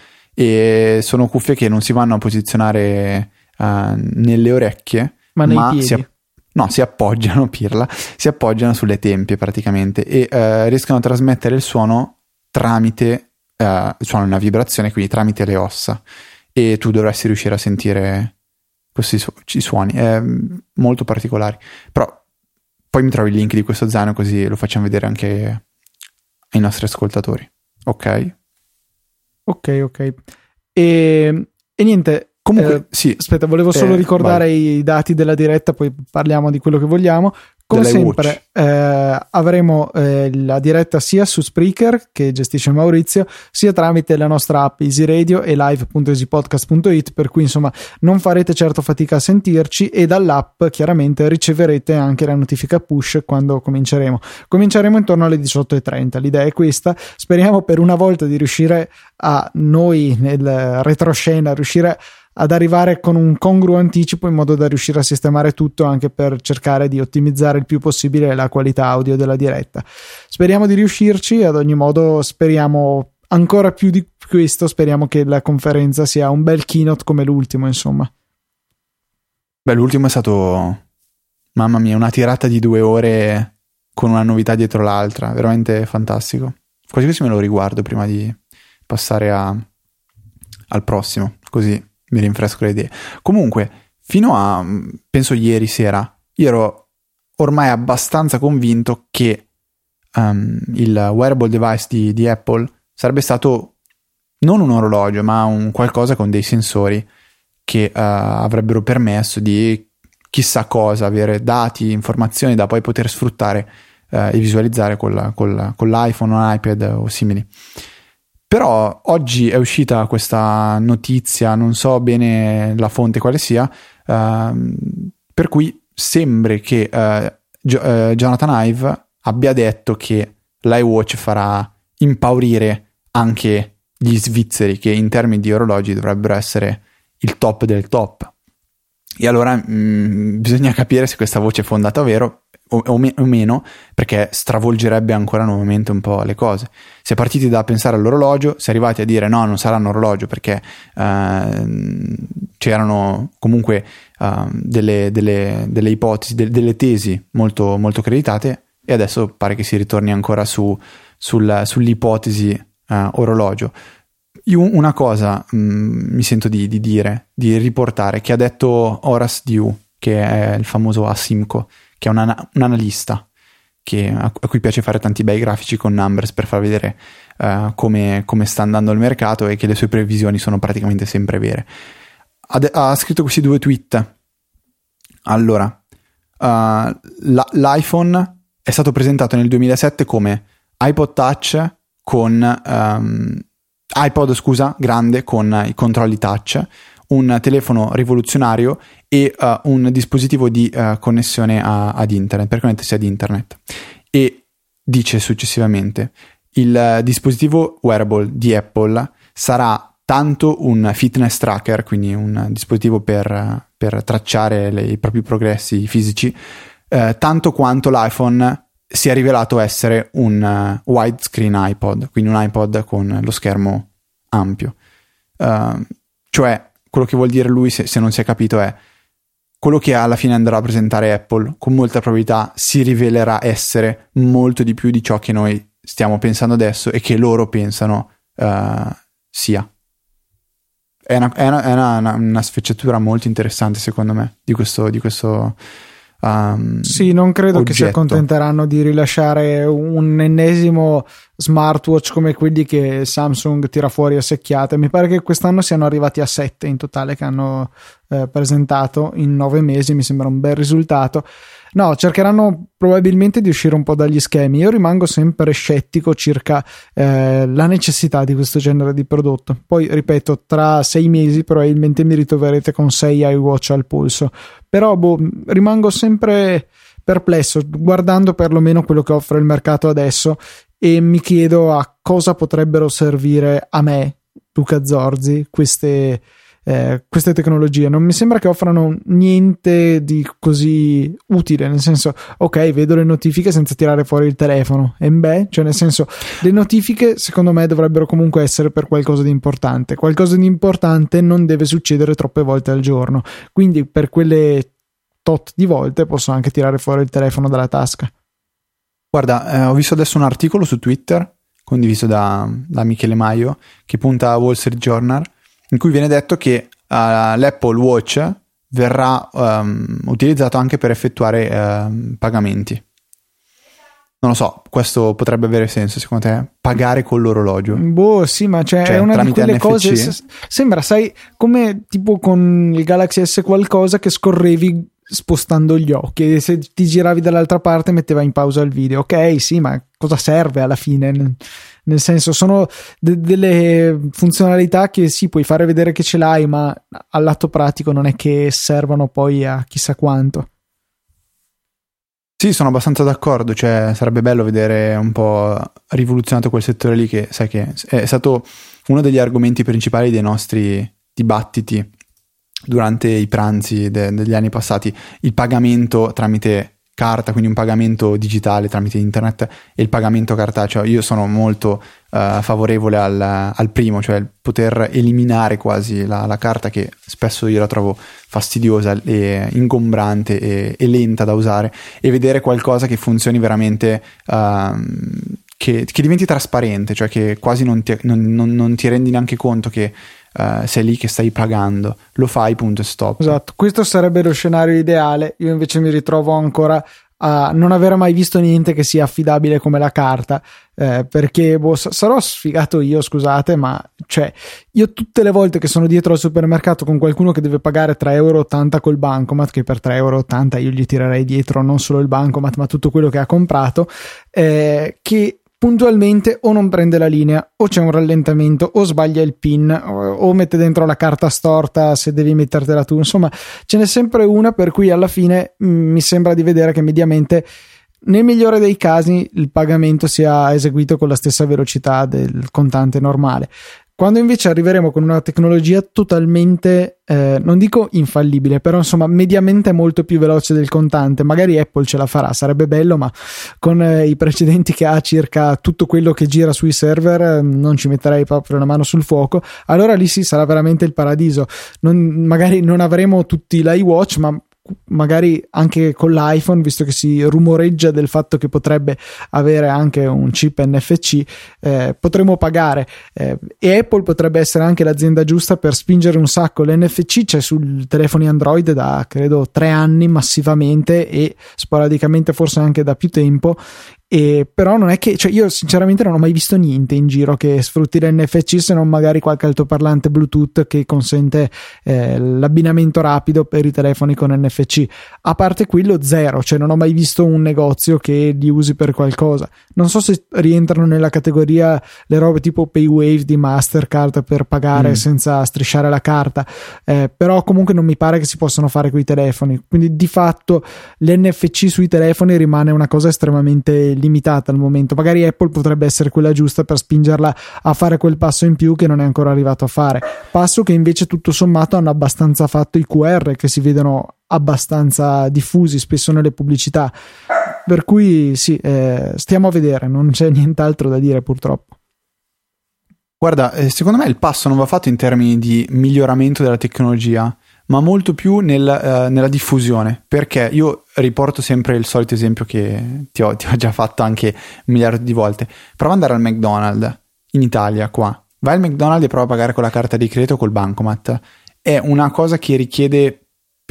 Speaker 2: e sono cuffie che non si vanno a posizionare uh, nelle orecchie,
Speaker 1: ma nei
Speaker 2: ma
Speaker 1: piedi.
Speaker 2: Si, no, si appoggiano, pirla, si appoggiano sulle tempie praticamente, e uh, riescono a trasmettere il suono tramite, uh, il suono, una vibrazione, quindi tramite le ossa. E tu dovresti riuscire a sentire questi su- suoni è molto particolari, però poi mi trovi il link di questo zaino così lo facciamo vedere anche ai nostri ascoltatori. Ok
Speaker 1: ok ok e, e niente,
Speaker 2: comunque
Speaker 1: eh,
Speaker 2: sì,
Speaker 1: aspetta, volevo solo
Speaker 2: eh,
Speaker 1: ricordare
Speaker 2: vai.
Speaker 1: i dati della diretta, poi parliamo di quello che vogliamo. Come sempre eh, avremo eh, la diretta sia su Spreaker, che gestisce Maurizio, sia tramite la nostra app Easy Radio e live punto easy podcast punto it, per cui insomma non farete certo fatica a sentirci, e dall'app chiaramente riceverete anche la notifica push quando cominceremo. Cominceremo intorno alle diciotto e trenta, l'idea è questa. Speriamo per una volta di riuscire a noi nel retroscena riuscire ad arrivare con un congruo anticipo, in modo da riuscire a sistemare tutto, anche per cercare di ottimizzare il più possibile la qualità audio della diretta. Speriamo di riuscirci, ad ogni modo speriamo ancora più di questo, speriamo che la conferenza sia un bel keynote come l'ultimo, insomma.
Speaker 2: Beh, l'ultimo è stato, mamma mia, una tirata di due ore con una novità dietro l'altra, veramente fantastico. Quasi quasi me lo riguardo prima di passare a, al prossimo, così mi rinfresco le idee. Comunque, fino a, penso ieri sera, io ero ormai abbastanza convinto che um, il wearable device di, di Apple sarebbe stato non un orologio, ma un qualcosa con dei sensori che uh, avrebbero permesso di chissà cosa, avere dati, informazioni da poi poter sfruttare eh, e visualizzare col, col, con l'iPhone o l'iPad o simili. Però oggi è uscita questa notizia, non so bene la fonte quale sia, uh, per cui sembra che uh, Gio- uh, Jonathan Ive abbia detto che l'iWatch farà impaurire anche gli svizzeri, che in termini di orologi dovrebbero essere il top del top. E allora mh, bisogna capire se questa voce è fondata o vero o, o, me- o meno, perché stravolgerebbe ancora nuovamente un po' le cose. Si è partiti da pensare all'orologio, si è arrivati a dire no, non sarà un orologio perché uh, c'erano comunque uh, delle, delle, delle ipotesi, de- delle tesi molto, molto creditate, e adesso pare che si ritorni ancora su, sul, sull'ipotesi uh, orologio. Io una cosa mh, mi sento di, di dire, di riportare, che ha detto Horace Dew, che è il famoso Asimco, che è un, ana- un analista che, a, a cui piace fare tanti bei grafici con numbers per far vedere uh, come, come sta andando il mercato, e che le sue previsioni sono praticamente sempre vere. Ha, de- ha scritto questi due tweet. Allora, uh, la- l'iPhone è stato presentato nel duemilasette come iPod Touch con... Um, iPod, scusa, grande con i controlli touch, un telefono rivoluzionario e uh, un dispositivo di uh, connessione a, ad internet, per connettersi ad internet. E dice successivamente: il uh, dispositivo wearable di Apple sarà tanto un fitness tracker, quindi un dispositivo per, uh, per tracciare le, i propri progressi fisici, uh, tanto quanto l'iPhone si è rivelato essere un uh, widescreen iPod, quindi un iPod con lo schermo ampio. Uh, cioè, quello che vuol dire lui, se, se non si è capito, è quello che alla fine andrà a presentare Apple, con molta probabilità si rivelerà essere molto di più di ciò che noi stiamo pensando adesso e che loro pensano uh, sia. È una, è una, è una, una, una sfaccettatura molto interessante, secondo me, di questo... Di questo Um,
Speaker 1: sì, non credo
Speaker 2: oggetto.
Speaker 1: Che si accontenteranno di rilasciare un ennesimo smartwatch come quelli che Samsung tira fuori a secchiate. Mi pare che quest'anno siano arrivati a sette in totale che hanno eh, presentato in nove mesi. Mi sembra un bel risultato. No, cercheranno probabilmente di uscire un po' dagli schemi. Io rimango sempre scettico circa eh, la necessità di questo genere di prodotto. Poi, ripeto, tra sei mesi probabilmente mi ritroverete con sei iWatch al polso. Però boh, rimango sempre perplesso guardando perlomeno quello che offre il mercato adesso, e mi chiedo a cosa potrebbero servire a me, Luca Zorzi, queste Eh, queste tecnologie. Non mi sembra che offrano niente di così utile, nel senso, ok, vedo le notifiche senza tirare fuori il telefono, e beh, cioè nel senso, le notifiche secondo me dovrebbero comunque essere per qualcosa di importante. Qualcosa di importante non deve succedere troppe volte al giorno, quindi per quelle tot di volte posso anche tirare fuori il telefono dalla tasca.
Speaker 2: Guarda, eh, ho visto adesso un articolo su Twitter condiviso da, da Michele Maio, che punta a Wall Street Journal, in cui viene detto che uh, l'Apple Watch verrà um, utilizzato anche per effettuare uh, pagamenti. Non lo so, questo potrebbe avere senso secondo te? Pagare con l'orologio?
Speaker 1: Boh, sì, ma cioè,
Speaker 2: cioè
Speaker 1: è una di quelle
Speaker 2: N F C?
Speaker 1: cose. S- sembra, sai, come tipo con il Galaxy S qualcosa che scorrevi spostando gli occhi, e se ti giravi dall'altra parte metteva in pausa il video. Ok, sì, ma cosa serve alla fine? Nel senso, sono de- delle funzionalità che sì, puoi fare vedere che ce l'hai, ma al lato pratico non è che servano poi a chissà quanto.
Speaker 2: Sì, sono abbastanza d'accordo, cioè sarebbe bello vedere un po' rivoluzionato quel settore lì, che sai che è stato uno degli argomenti principali dei nostri dibattiti durante i pranzi de- degli anni passati, il pagamento tramite carta, quindi un pagamento digitale tramite internet, e il pagamento cartaceo. Io sono molto uh, favorevole al, al primo, cioè il poter eliminare quasi la, la carta, che spesso io la trovo fastidiosa e ingombrante e, e lenta da usare, e vedere qualcosa che funzioni veramente, uh, che, che diventi trasparente, cioè che quasi non ti, non, non, non ti rendi neanche conto che Uh, sei lì che stai pagando, lo fai, punto e stop.
Speaker 1: Esatto, questo sarebbe lo scenario ideale. Io invece mi ritrovo ancora a non avere mai visto niente che sia affidabile come la carta, eh, perché boh, sarò sfigato io, scusate, ma cioè io tutte le volte che sono dietro al supermercato con qualcuno che deve pagare tre euro e ottanta col bancomat, che per tre euro e ottanta io gli tirerei dietro non solo il bancomat ma tutto quello che ha comprato, eh, che puntualmente o non prende la linea, o c'è un rallentamento, o sbaglia il pin, o, o mette dentro la carta storta se devi mettertela tu. Insomma, ce n'è sempre una, per cui alla fine mh, mi sembra di vedere che mediamente, nel migliore dei casi, il pagamento sia eseguito con la stessa velocità del contante normale. Quando invece arriveremo con una tecnologia totalmente, eh, non dico infallibile, però insomma mediamente molto più veloce del contante, magari Apple ce la farà, sarebbe bello, ma con eh, i precedenti che ha circa tutto quello che gira sui server, eh, non ci metterei proprio la mano sul fuoco. Allora lì sì, sarà veramente il paradiso. Non, magari non avremo tutti l'iWatch, ma magari anche con l'iPhone, visto che si rumoreggia del fatto che potrebbe avere anche un chip N F C, eh, potremo pagare, eh, e Apple potrebbe essere anche l'azienda giusta per spingere un sacco. L'N F C c'è sui telefoni Android da credo tre anni massivamente, e sporadicamente forse anche da più tempo. E però non è che, cioè io sinceramente non ho mai visto niente in giro che sfrutti l'N F C, se non magari qualche altoparlante Bluetooth che consente eh, l'abbinamento rapido per i telefoni con N F C. A parte quello, zero, cioè non ho mai visto un negozio che li usi per qualcosa. Non so se rientrano nella categoria le robe tipo PayWave di Mastercard per pagare mm. senza strisciare la carta, eh, però comunque non mi pare che si possano fare coi telefoni, quindi di fatto l'N F C sui telefoni rimane una cosa estremamente limitata al momento. Magari Apple potrebbe essere quella giusta per spingerla a fare quel passo in più che non è ancora arrivato a fare, passo che invece tutto sommato hanno abbastanza fatto i Q R, che si vedono abbastanza diffusi spesso nelle pubblicità, per cui sì, eh, stiamo a vedere, non c'è nient'altro da dire purtroppo.
Speaker 2: Guarda, eh, secondo me il passo non va fatto in termini di miglioramento della tecnologia, ma molto più nel, uh, nella diffusione, perché io riporto sempre il solito esempio che ti ho, ti ho già fatto anche un miliardo di volte. Prova ad andare al McDonald's in Italia, qua vai al McDonald's e prova a pagare con la carta di credito o col bancomat. È una cosa che richiede,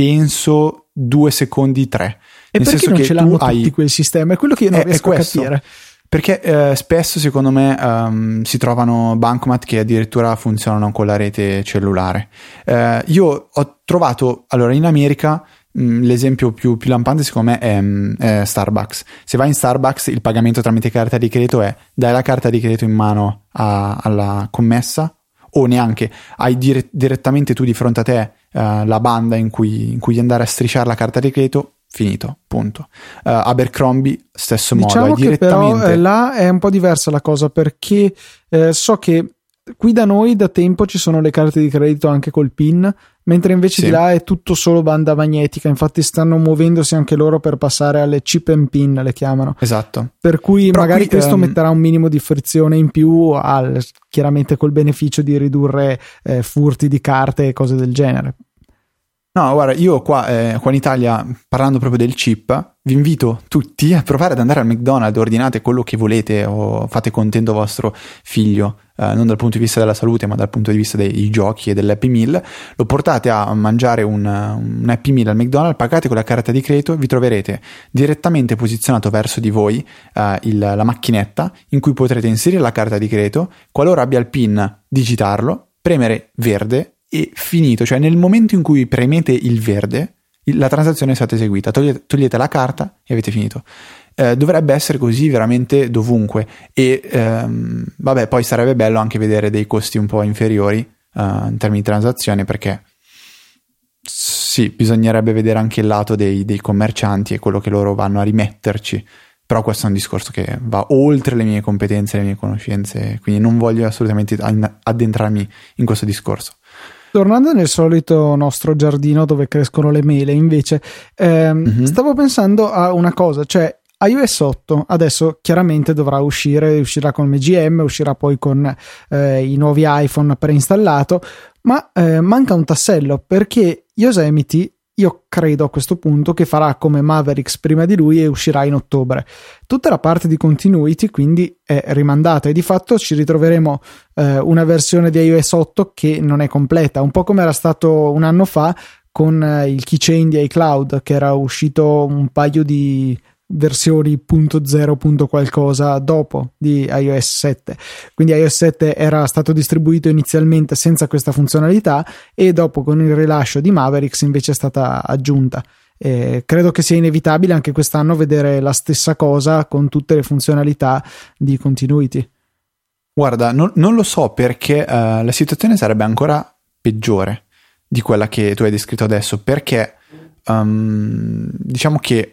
Speaker 2: penso, due secondi, tre.
Speaker 1: E
Speaker 2: nel
Speaker 1: perché
Speaker 2: senso
Speaker 1: non
Speaker 2: che
Speaker 1: ce l'hanno
Speaker 2: hai...
Speaker 1: tutti quel sistema? È quello che io non
Speaker 2: è,
Speaker 1: riesco
Speaker 2: è
Speaker 1: a capire.
Speaker 2: Perché eh, spesso secondo me um, si trovano bancomat che addirittura funzionano con la rete cellulare. Eh, io ho trovato, allora in America mh, l'esempio più, più lampante secondo me è, mh, è Starbucks. Se vai in Starbucks il pagamento tramite carta di credito è dai la carta di credito in mano a, alla commessa, o neanche hai dire- direttamente tu di fronte a te uh, la banda in cui, in cui andare a strisciare la carta di credito. Finito, punto. Uh, Abercrombie, stesso
Speaker 1: diciamo
Speaker 2: modo.
Speaker 1: Diciamo che
Speaker 2: direttamente...
Speaker 1: però eh, là è un po' diversa la cosa, perché eh, so che qui da noi da tempo ci sono le carte di credito anche col PIN, mentre invece sì. di là è tutto solo banda magnetica. Infatti stanno muovendosi anche loro per passare alle chip and PIN, le chiamano.
Speaker 2: Esatto.
Speaker 1: Per cui però magari qui, questo um... metterà un minimo di frizione in più, al, chiaramente col beneficio di ridurre eh, furti di carte e cose del genere.
Speaker 2: No, guarda, io qua, eh, qua in Italia, parlando proprio del chip, vi invito tutti a provare ad andare al McDonald's, ordinate quello che volete o fate contento vostro figlio, eh, non dal punto di vista della salute ma dal punto di vista dei giochi e dell'Happy Meal, lo portate a mangiare un, un Happy Meal al McDonald's, pagate con la carta di credito, vi troverete direttamente posizionato verso di voi eh, il, la macchinetta in cui potrete inserire la carta di credito, qualora abbia il PIN digitarlo, premere verde e finito. Cioè nel momento in cui premete il verde la transazione è stata eseguita, togliete, togliete la carta e avete finito. Eh, dovrebbe essere così veramente dovunque, e ehm, vabbè, poi sarebbe bello anche vedere dei costi un po' inferiori eh, in termini di transazione, perché sì, bisognerebbe vedere anche il lato dei, dei commercianti e quello che loro vanno a rimetterci, però questo è un discorso che va oltre le mie competenze, le mie conoscenze, quindi non voglio assolutamente addentrarmi in questo discorso.
Speaker 1: Tornando nel solito nostro giardino dove crescono le mele, invece, ehm, mm-hmm. stavo pensando a una cosa, cioè iOS otto adesso chiaramente dovrà uscire, uscirà con M G M, uscirà poi con eh, i nuovi iPhone preinstallato, ma eh, manca un tassello, perché Yosemite, io credo a questo punto che farà come Mavericks prima di lui e uscirà in ottobre. Tutta la parte di continuity quindi è rimandata, e di fatto ci ritroveremo eh, una versione di iOS otto che non è completa, un po' come era stato un anno fa con eh, il keychain di iCloud, che era uscito un paio di versioni punto zero punto qualcosa dopo di iOS sette, quindi iOS sette era stato distribuito inizialmente senza questa funzionalità e dopo con il rilascio di Mavericks invece è stata aggiunta. Eh, credo che sia inevitabile anche quest'anno vedere la stessa cosa con tutte le funzionalità di continuity.
Speaker 2: Guarda, non, non lo so perché uh, la situazione sarebbe ancora peggiore di quella che tu hai descritto adesso, perché um, diciamo che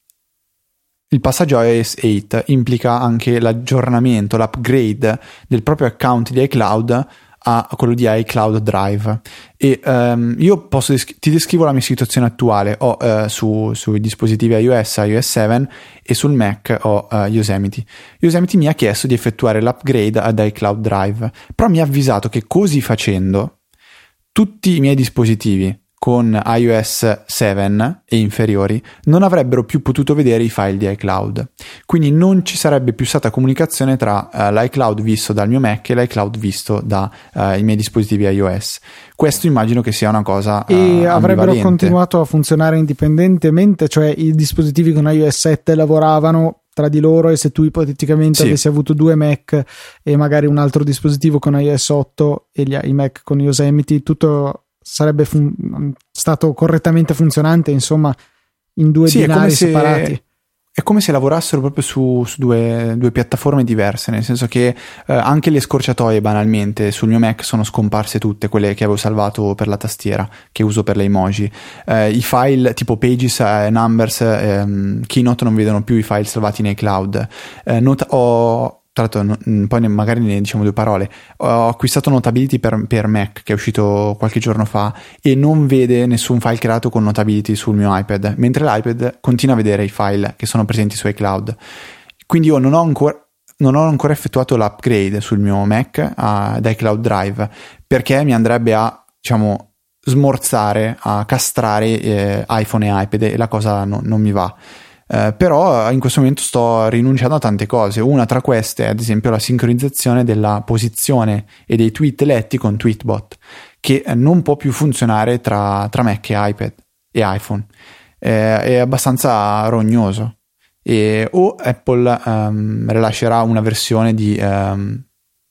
Speaker 2: il passaggio a iOS otto implica anche l'aggiornamento, l'upgrade del proprio account di iCloud a quello di iCloud Drive. E um, io posso des- ti descrivo la mia situazione attuale. Ho uh, su, sui dispositivi iOS, iOS sette, e sul Mac ho uh, Yosemite. Yosemite mi ha chiesto di effettuare l'upgrade ad iCloud Drive, però mi ha avvisato che così facendo tutti i miei dispositivi con iOS sette e inferiori non avrebbero più potuto vedere i file di iCloud, quindi non ci sarebbe più stata comunicazione tra uh, l'iCloud visto dal mio Mac e l'iCloud visto dai uh, miei dispositivi iOS. Questo immagino che sia una cosa uh,
Speaker 1: e avrebbero
Speaker 2: ambivalente.
Speaker 1: continuato a funzionare indipendentemente, cioè i dispositivi con iOS sette lavoravano tra di loro, e se tu ipoteticamente
Speaker 2: sì.
Speaker 1: avessi avuto due Mac e magari un altro dispositivo con iOS otto e gli, i Mac con Yosemite, tutto sarebbe fun- stato correttamente funzionante, insomma, in due
Speaker 2: sì,
Speaker 1: binari
Speaker 2: è se,
Speaker 1: separati.
Speaker 2: È come se lavorassero proprio su, su due, due piattaforme diverse, nel senso che eh, anche le scorciatoie banalmente sul mio Mac sono scomparse tutte, quelle che avevo salvato per la tastiera, che uso per le emoji. Eh, I file tipo Pages, eh, Numbers, eh, Keynote non vedono più i file salvati nei cloud. Eh, not- ho Tra l'altro, no, poi magari ne diciamo due parole. Ho acquistato Notability per, per Mac, che è uscito qualche giorno fa, e non vede nessun file creato con Notability sul mio iPad, mentre l'iPad continua a vedere i file che sono presenti su iCloud. Quindi io non ho ancora non ho ancora effettuato l'upgrade sul mio Mac ad iCloud Drive, perché mi andrebbe a, diciamo, smorzare, a castrare eh, iPhone e iPad, e la cosa no, non mi va. Uh, però in questo momento sto rinunciando a tante cose. Una tra queste è ad esempio la sincronizzazione della posizione e dei tweet letti con Tweetbot, che non può più funzionare tra, tra Mac e iPad e iPhone. Eh, è abbastanza rognoso. E, o Apple um, rilascerà una versione di um,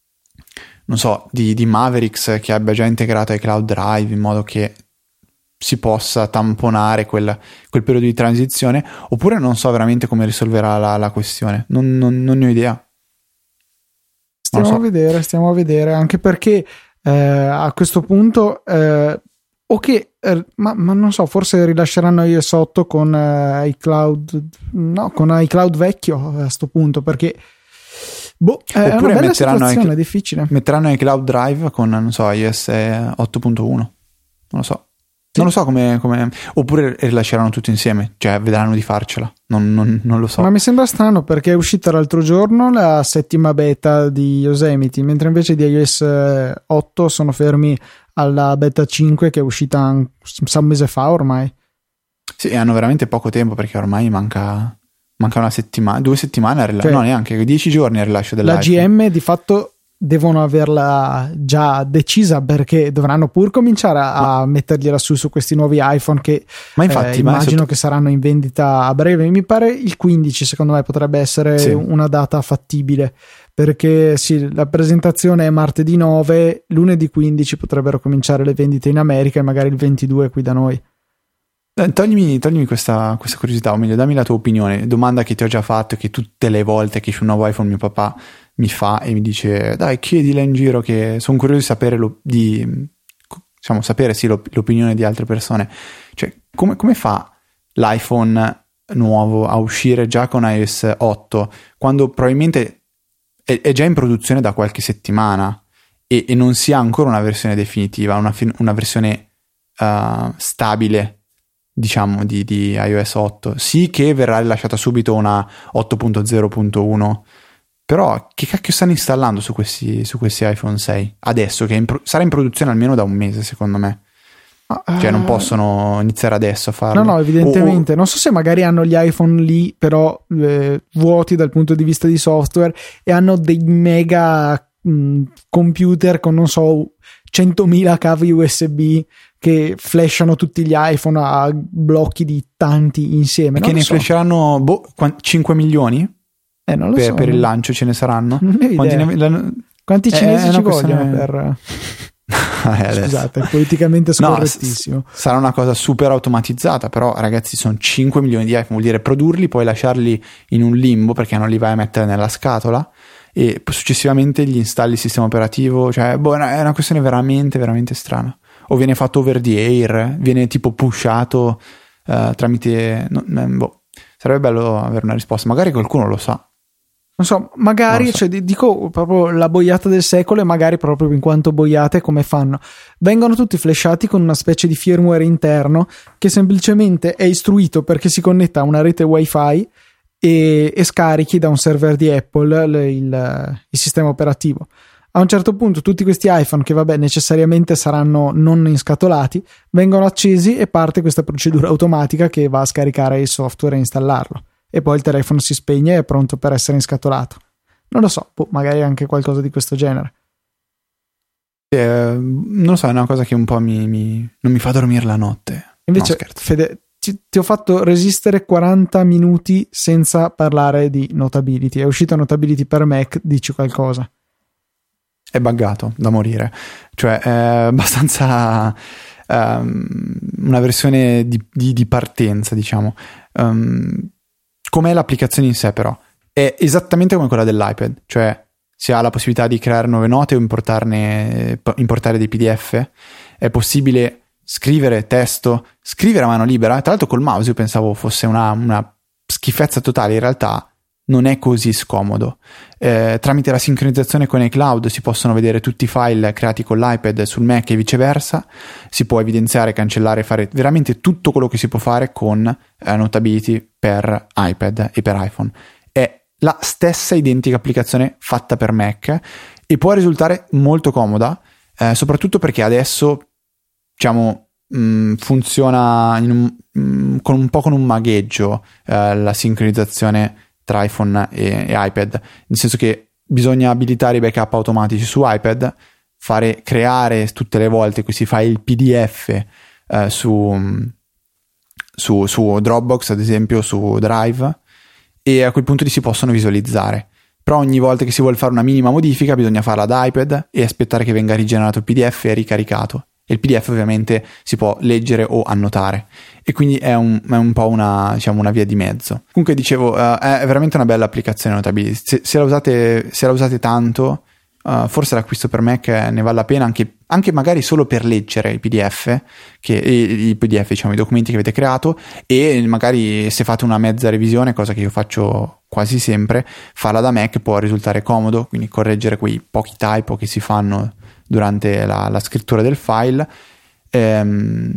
Speaker 2: non so, di, di Mavericks che abbia già integrato iCloud Drive, in modo che si possa tamponare quel, quel periodo di transizione, oppure non so veramente come risolverà la, la questione, non, non, non ne ho idea.
Speaker 1: Stiamo
Speaker 2: so.
Speaker 1: a vedere, stiamo a vedere, anche perché eh, a questo punto eh, o che eh, ma, ma non so, forse rilasceranno iOS otto con eh, iCloud, no, con iCloud vecchio a questo punto, perché boh, è
Speaker 2: oppure
Speaker 1: una bella
Speaker 2: metteranno
Speaker 1: situazione,
Speaker 2: iC-
Speaker 1: è difficile.
Speaker 2: Metteranno iCloud Drive con, non so, iOS otto punto uno, non lo so. Sì. Non lo so come, come... Oppure rilasceranno tutto insieme, cioè vedranno di farcela, non, non, non lo so.
Speaker 1: Ma mi sembra strano, perché è uscita l'altro giorno la settima beta di Yosemite, mentre invece di iOS otto sono fermi alla beta cinque, che è uscita un, un mese fa ormai.
Speaker 2: Sì, hanno veramente poco tempo, perché ormai manca, manca una settimana, due settimane, rila-
Speaker 1: cioè,
Speaker 2: no neanche, dieci giorni al rilascio dell'iPhone.
Speaker 1: La G M di fatto devono averla già decisa, perché dovranno pur cominciare a, a mettergliela su su questi nuovi iPhone, che
Speaker 2: ma infatti,
Speaker 1: eh,
Speaker 2: ma
Speaker 1: immagino
Speaker 2: sotto...
Speaker 1: che saranno in vendita a breve. Mi pare il quindici, secondo me potrebbe essere sì. una data fattibile, perché sì, la presentazione è martedì nove, lunedì quindici potrebbero cominciare le vendite in America e magari il ventidue qui da noi.
Speaker 2: Toglimi, toglimi questa, questa curiosità, o meglio, dammi la tua opinione, domanda che ti ho già fatto e che tutte le volte che c'è un nuovo iPhone mio papà mi fa e mi dice dai, chiedila in giro, che sono curioso di sapere lo, di, diciamo, sapere sì l'op- l'opinione di altre persone. Cioè, come, come fa l'iPhone nuovo a uscire già con iOS otto, quando probabilmente è, è già in produzione da qualche settimana e, e non si ha ancora una versione definitiva, una, una versione uh, stabile, diciamo, di, di iOS otto. Sì che verrà rilasciata subito una otto punto zero punto uno, però che cacchio stanno installando su questi, su questi iPhone sei adesso, che in pro- sarà in produzione almeno da un mese secondo me. Uh, cioè non possono iniziare adesso a farlo.
Speaker 1: No no, evidentemente. O, o... non so se magari hanno gli iPhone lì però eh, vuoti dal punto di vista di software, e hanno dei mega mh, computer con non so centomila cavi U S B che flashano tutti gli iPhone a blocchi di tanti insieme.
Speaker 2: Che ne so. Flasheranno boh, cinque milioni?
Speaker 1: Eh, non lo
Speaker 2: per,
Speaker 1: so.
Speaker 2: Per il lancio ce ne saranno?
Speaker 1: Quanti, ne, la, Quanti cinesi eh, ci vogliono per...
Speaker 2: eh,
Speaker 1: Scusate, politicamente scorrettissimo.
Speaker 2: No, s- sarà una cosa super automatizzata, però ragazzi sono cinque milioni di iPhone, vuol dire produrli, poi lasciarli in un limbo perché non li vai a mettere nella scatola e successivamente gli installi il sistema operativo, cioè boh, è una questione veramente veramente strana. O viene fatto over the air, viene tipo pushato uh, tramite no, boh. Sarebbe bello avere una risposta, magari qualcuno lo sa.
Speaker 1: Non so, magari, non so. Cioè, dico proprio la boiata del secolo, e magari proprio in quanto boiate come fanno? Vengono tutti flashati con una specie di firmware interno che semplicemente è istruito perché si connetta a una rete wifi e, e scarichi da un server di Apple il, il, il sistema operativo. A un certo punto tutti questi iPhone, che vabbè necessariamente saranno non inscatolati, vengono accesi e parte questa procedura automatica che va a scaricare il software e installarlo. E poi il telefono si spegne e è pronto per essere inscatolato. Non lo so, boh, magari anche qualcosa di questo genere.
Speaker 2: Eh, non lo so, è una cosa che un po' mi, mi non mi fa dormire la notte.
Speaker 1: Invece, no, Fede, ti, ti ho fatto resistere quaranta minuti senza parlare di Notability. È uscito Notability per Mac, dici qualcosa?
Speaker 2: È buggato da morire, cioè è abbastanza um, una versione di, di, di partenza, diciamo. Um, com'è l'applicazione in sé, però è esattamente come quella dell'iPad, cioè si ha la possibilità di creare nuove note o importarne, importare dei P D F, è possibile scrivere testo, scrivere a mano libera. Tra l'altro col mouse io pensavo fosse una, una schifezza totale, in realtà non è così scomodo. Eh, tramite la sincronizzazione con iCloud si possono vedere tutti i file creati con l'iPad sul Mac e viceversa, si può evidenziare, cancellare, fare veramente tutto quello che si può fare con eh, Notability per iPad e per iPhone. È la stessa identica applicazione fatta per Mac e può risultare molto comoda, eh, soprattutto perché adesso diciamo mh, funziona in un, mh, con un po' con un magheggio eh, la sincronizzazione tra iPhone e, e iPad, nel senso che bisogna abilitare i backup automatici su iPad, fare creare tutte le volte questi file P D F eh, su, su, su Dropbox, ad esempio, su Drive, e a quel punto li si possono visualizzare. Però ogni volta che si vuole fare una minima modifica bisogna farla da iPad e aspettare che venga rigenerato il P D F e ricaricato. E il P D F ovviamente si può leggere o annotare, e quindi è un, è un po' una, diciamo, una via di mezzo. Comunque dicevo, uh, è veramente una bella applicazione Notability. Se, se la usate, se la usate tanto, uh, forse l'acquisto per Mac ne vale la pena, anche, anche magari solo per leggere i P D F, che, i P D F, diciamo, i documenti che avete creato, e magari se fate una mezza revisione, cosa che io faccio quasi sempre, farla da Mac può risultare comodo, quindi correggere quei pochi typo che si fanno durante la, la scrittura del file. Ehm,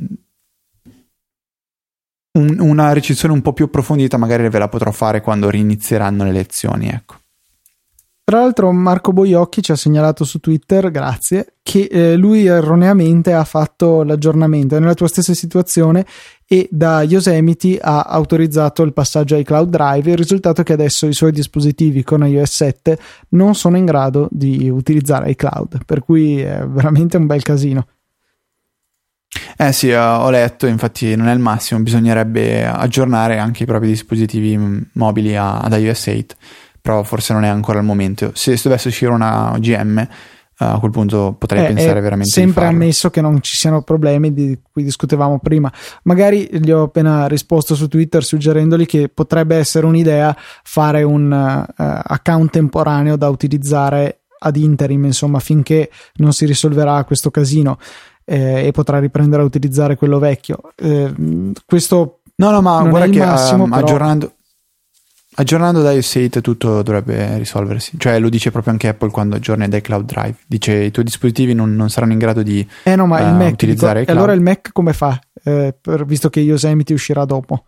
Speaker 2: un, una recensione un po' più approfondita magari ve la potrò fare quando rinizieranno le lezioni, ecco.
Speaker 1: Tra l'altro Marco Boiocchi ci ha segnalato su Twitter, grazie, che eh, lui erroneamente ha fatto l'aggiornamento nella tua stessa situazione e da Yosemite ha autorizzato il passaggio ai Cloud Drive. Il risultato è che adesso i suoi dispositivi con iOS sette non sono in grado di utilizzare iCloud, per cui è veramente un bel casino.
Speaker 2: Eh sì, ho letto, infatti non è il massimo, bisognerebbe aggiornare anche i propri dispositivi mobili a, ad iOS otto, però forse non è ancora il momento. Se dovesse uscire una O G M, a quel punto potrei eh, pensare veramente
Speaker 1: sempre
Speaker 2: di farlo.
Speaker 1: Ammesso che non ci siano problemi di cui discutevamo prima. Magari gli ho appena risposto su Twitter suggerendogli che potrebbe essere un'idea fare un uh, account temporaneo da utilizzare ad interim, insomma, finché non si risolverà questo casino, eh, e potrà riprendere a utilizzare quello vecchio. Eh, questo
Speaker 2: no no ma
Speaker 1: non
Speaker 2: guarda
Speaker 1: è il
Speaker 2: che
Speaker 1: massimo,
Speaker 2: um,
Speaker 1: però...
Speaker 2: aggiornando Aggiornando da iOS otto tutto dovrebbe risolversi, cioè lo dice proprio anche Apple quando aggiorna dai Cloud Drive, dice i tuoi dispositivi non, non saranno in grado di
Speaker 1: eh no ma il
Speaker 2: uh,
Speaker 1: Mac,
Speaker 2: utilizzare
Speaker 1: dico,
Speaker 2: i cloud.
Speaker 1: Allora il Mac come fa, eh, per, visto che Yosemite uscirà dopo?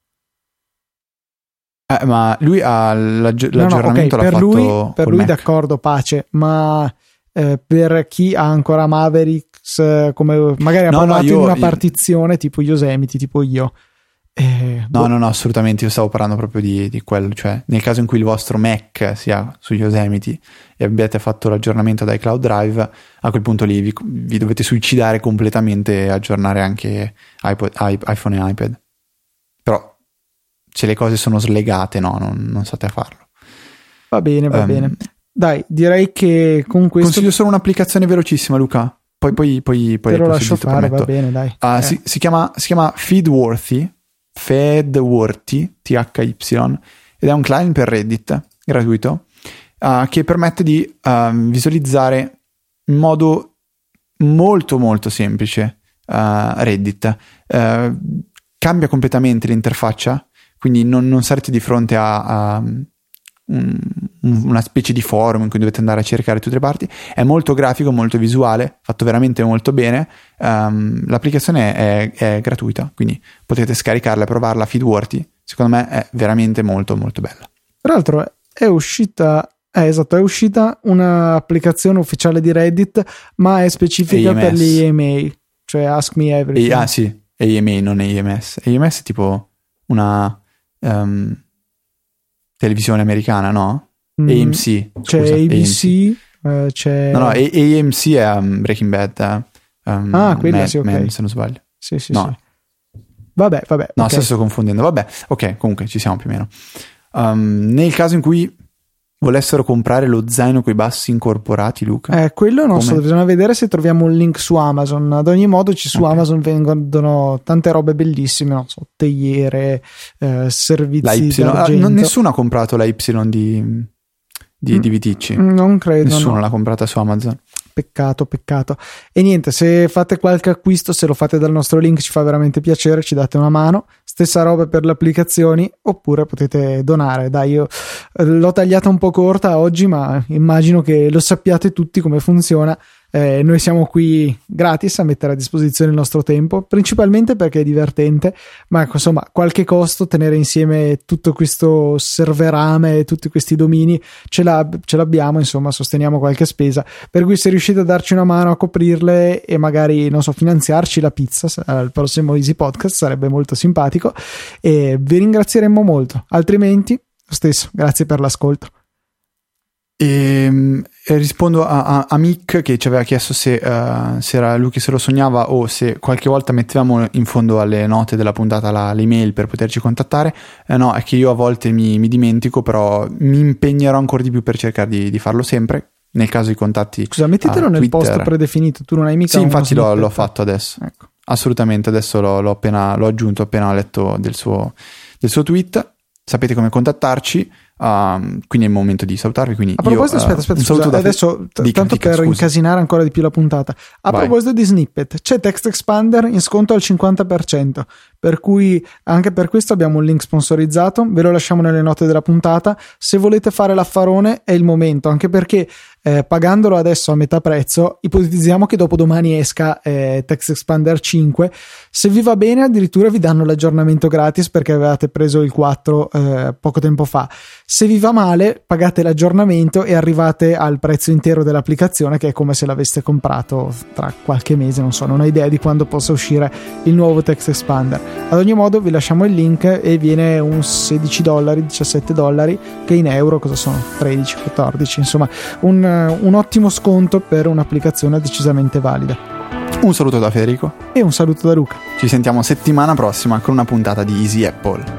Speaker 2: Eh, ma lui ha l'aggi-
Speaker 1: no,
Speaker 2: l'aggiornamento
Speaker 1: no, okay,
Speaker 2: l'ha
Speaker 1: per
Speaker 2: fatto
Speaker 1: lui, per lui
Speaker 2: Mac.
Speaker 1: d'accordo, pace, ma eh, per chi ha ancora Mavericks, eh, come magari ha
Speaker 2: no,
Speaker 1: provato
Speaker 2: no, io,
Speaker 1: in una
Speaker 2: io...
Speaker 1: partizione tipo Yosemite, tipo io, Eh,
Speaker 2: no,
Speaker 1: boh.
Speaker 2: no, no, assolutamente. Io stavo parlando proprio di, di quello. Cioè, nel caso in cui il vostro Mac sia su Yosemite e abbiate fatto l'aggiornamento da iCloud Drive, a quel punto lì vi, vi dovete suicidare completamente e aggiornare anche iPod, iPhone e iPad. Però, se le cose sono slegate, no, non, non state a farlo.
Speaker 1: Va bene, va
Speaker 2: Um,
Speaker 1: bene. Dai, direi che con questo...
Speaker 2: Consiglio solo un'applicazione velocissima, Luca. Poi, poi, poi, poi
Speaker 1: te lo
Speaker 2: riproseguito,
Speaker 1: lascio fare,
Speaker 2: prometto.
Speaker 1: va bene, dai.
Speaker 2: Uh,
Speaker 1: eh.
Speaker 2: si, si, chiama, si chiama Feedworthy, Feedworthy, T H Y, ed è un client per Reddit, gratuito, uh, che permette di uh, visualizzare in modo molto molto semplice uh, Reddit. Uh, cambia completamente l'interfaccia, quindi non, non sarete di fronte a... a Un, una specie di forum in cui dovete andare a cercare tutte le parti. È molto grafico, molto visuale, fatto veramente molto bene. Um, l'applicazione è, è gratuita, quindi potete scaricarla e provarla. Feedworthy, secondo me è veramente molto molto bella.
Speaker 1: Tra l'altro è uscita eh, esatto, è uscita un'applicazione ufficiale di Reddit, ma è specifica
Speaker 2: A M S.
Speaker 1: per gli E M A, cioè Ask Me Everything.
Speaker 2: E, ah sì, A M A, non A M S. A M S è tipo una um, televisione americana, no?
Speaker 1: Mm,
Speaker 2: A M C,
Speaker 1: c'è
Speaker 2: scusa,
Speaker 1: A B C,
Speaker 2: A M C.
Speaker 1: eh, c'è...
Speaker 2: No, no, A M C è um, Breaking Bad. eh, um,
Speaker 1: Ah, quella
Speaker 2: Mad
Speaker 1: sì, ok.
Speaker 2: Men, se non sbaglio.
Speaker 1: Sì, sì,
Speaker 2: No.
Speaker 1: sì. Vabbè, vabbè.
Speaker 2: No,
Speaker 1: ok.
Speaker 2: sto confondendo. Vabbè, ok, comunque ci siamo più o meno. Um, nel caso in cui volessero comprare lo zaino coi bassi incorporati, Luca.
Speaker 1: Eh, quello non
Speaker 2: Come?
Speaker 1: so, bisogna vedere se troviamo un link su Amazon. Ad ogni modo, ci su
Speaker 2: Ok.
Speaker 1: Amazon vengono tante robe bellissime, non so, teiere, eh, servizi
Speaker 2: La Y. Ah,
Speaker 1: d'argento.
Speaker 2: non- nessuno ha comprato la Y di, di,
Speaker 1: Mm.
Speaker 2: di V T C.
Speaker 1: Non credo,
Speaker 2: Nessuno
Speaker 1: no.
Speaker 2: l'ha comprata su Amazon.
Speaker 1: Peccato, peccato. E niente, se fate qualche acquisto, se lo fate dal nostro link, ci fa veramente piacere, ci date una mano. Stessa roba per le applicazioni, oppure potete donare. Dai, io eh, l'ho tagliata un po' corta oggi, ma immagino che lo sappiate tutti come funziona. Eh, noi siamo qui gratis a mettere a disposizione il nostro tempo, principalmente perché è divertente, ma insomma qualche costo, tenere insieme tutto questo serverame, tutti questi domini, ce, l'ha, ce l'abbiamo, insomma sosteniamo qualche spesa, per cui se riuscite a darci una mano a coprirle e magari, non so, finanziarci la pizza al prossimo Easy Podcast sarebbe molto simpatico e vi ringrazieremmo molto, altrimenti lo stesso, grazie per l'ascolto.
Speaker 2: E, e rispondo a, a, a Mick che ci aveva chiesto se, uh, se era lui che se lo sognava o se qualche volta mettevamo in fondo alle note della puntata la, l'email per poterci contattare. Eh, no, è che io a volte mi, mi dimentico, però mi impegnerò ancora di più per cercare di, di farlo sempre. Nel caso i contatti,
Speaker 1: Scusa, mettitelo
Speaker 2: uh,
Speaker 1: nel
Speaker 2: Twitter.
Speaker 1: posto predefinito, tu non hai mica
Speaker 2: Sì,
Speaker 1: uno
Speaker 2: infatti l'ho,
Speaker 1: snippet.
Speaker 2: l'ho fatto adesso.
Speaker 1: Ecco.
Speaker 2: Assolutamente, adesso l'ho, l'ho appena l'ho aggiunto appena ho letto del suo, del suo tweet. Sapete come contattarci, um, quindi è il momento di salutarvi. Quindi
Speaker 1: A proposito,
Speaker 2: io,
Speaker 1: aspetta,
Speaker 2: uh,
Speaker 1: aspetta,
Speaker 2: un saluto
Speaker 1: scusa,
Speaker 2: da
Speaker 1: adesso t-
Speaker 2: dica,
Speaker 1: tanto
Speaker 2: dica,
Speaker 1: per
Speaker 2: scusa.
Speaker 1: incasinare ancora di più la puntata. A
Speaker 2: Vai.
Speaker 1: proposito di snippet, c'è Text Expander in sconto al cinquanta per cento, per cui anche per questo abbiamo un link sponsorizzato, ve lo lasciamo nelle note della puntata. Se volete fare l'affarone è il momento, anche perché eh, pagandolo adesso a metà prezzo, ipotizziamo che dopo domani esca eh, Text Expander cinque, se vi va bene addirittura vi danno l'aggiornamento gratis perché avevate preso il quattro eh, poco tempo fa. Se vi va male pagate l'aggiornamento e arrivate al prezzo intero dell'applicazione, che è come se l'aveste comprato tra qualche mese, non so, non ho idea di quando possa uscire il nuovo Text Expander. Ad ogni modo vi lasciamo il link e viene un sedici dollari, diciassette dollari, che in euro cosa sono? tredici, quattordici, insomma un, un ottimo sconto per un'applicazione decisamente valida.
Speaker 2: Un saluto da Federico
Speaker 1: E un saluto da Luca.
Speaker 2: ci sentiamo settimana prossima con una puntata di Easy Apple.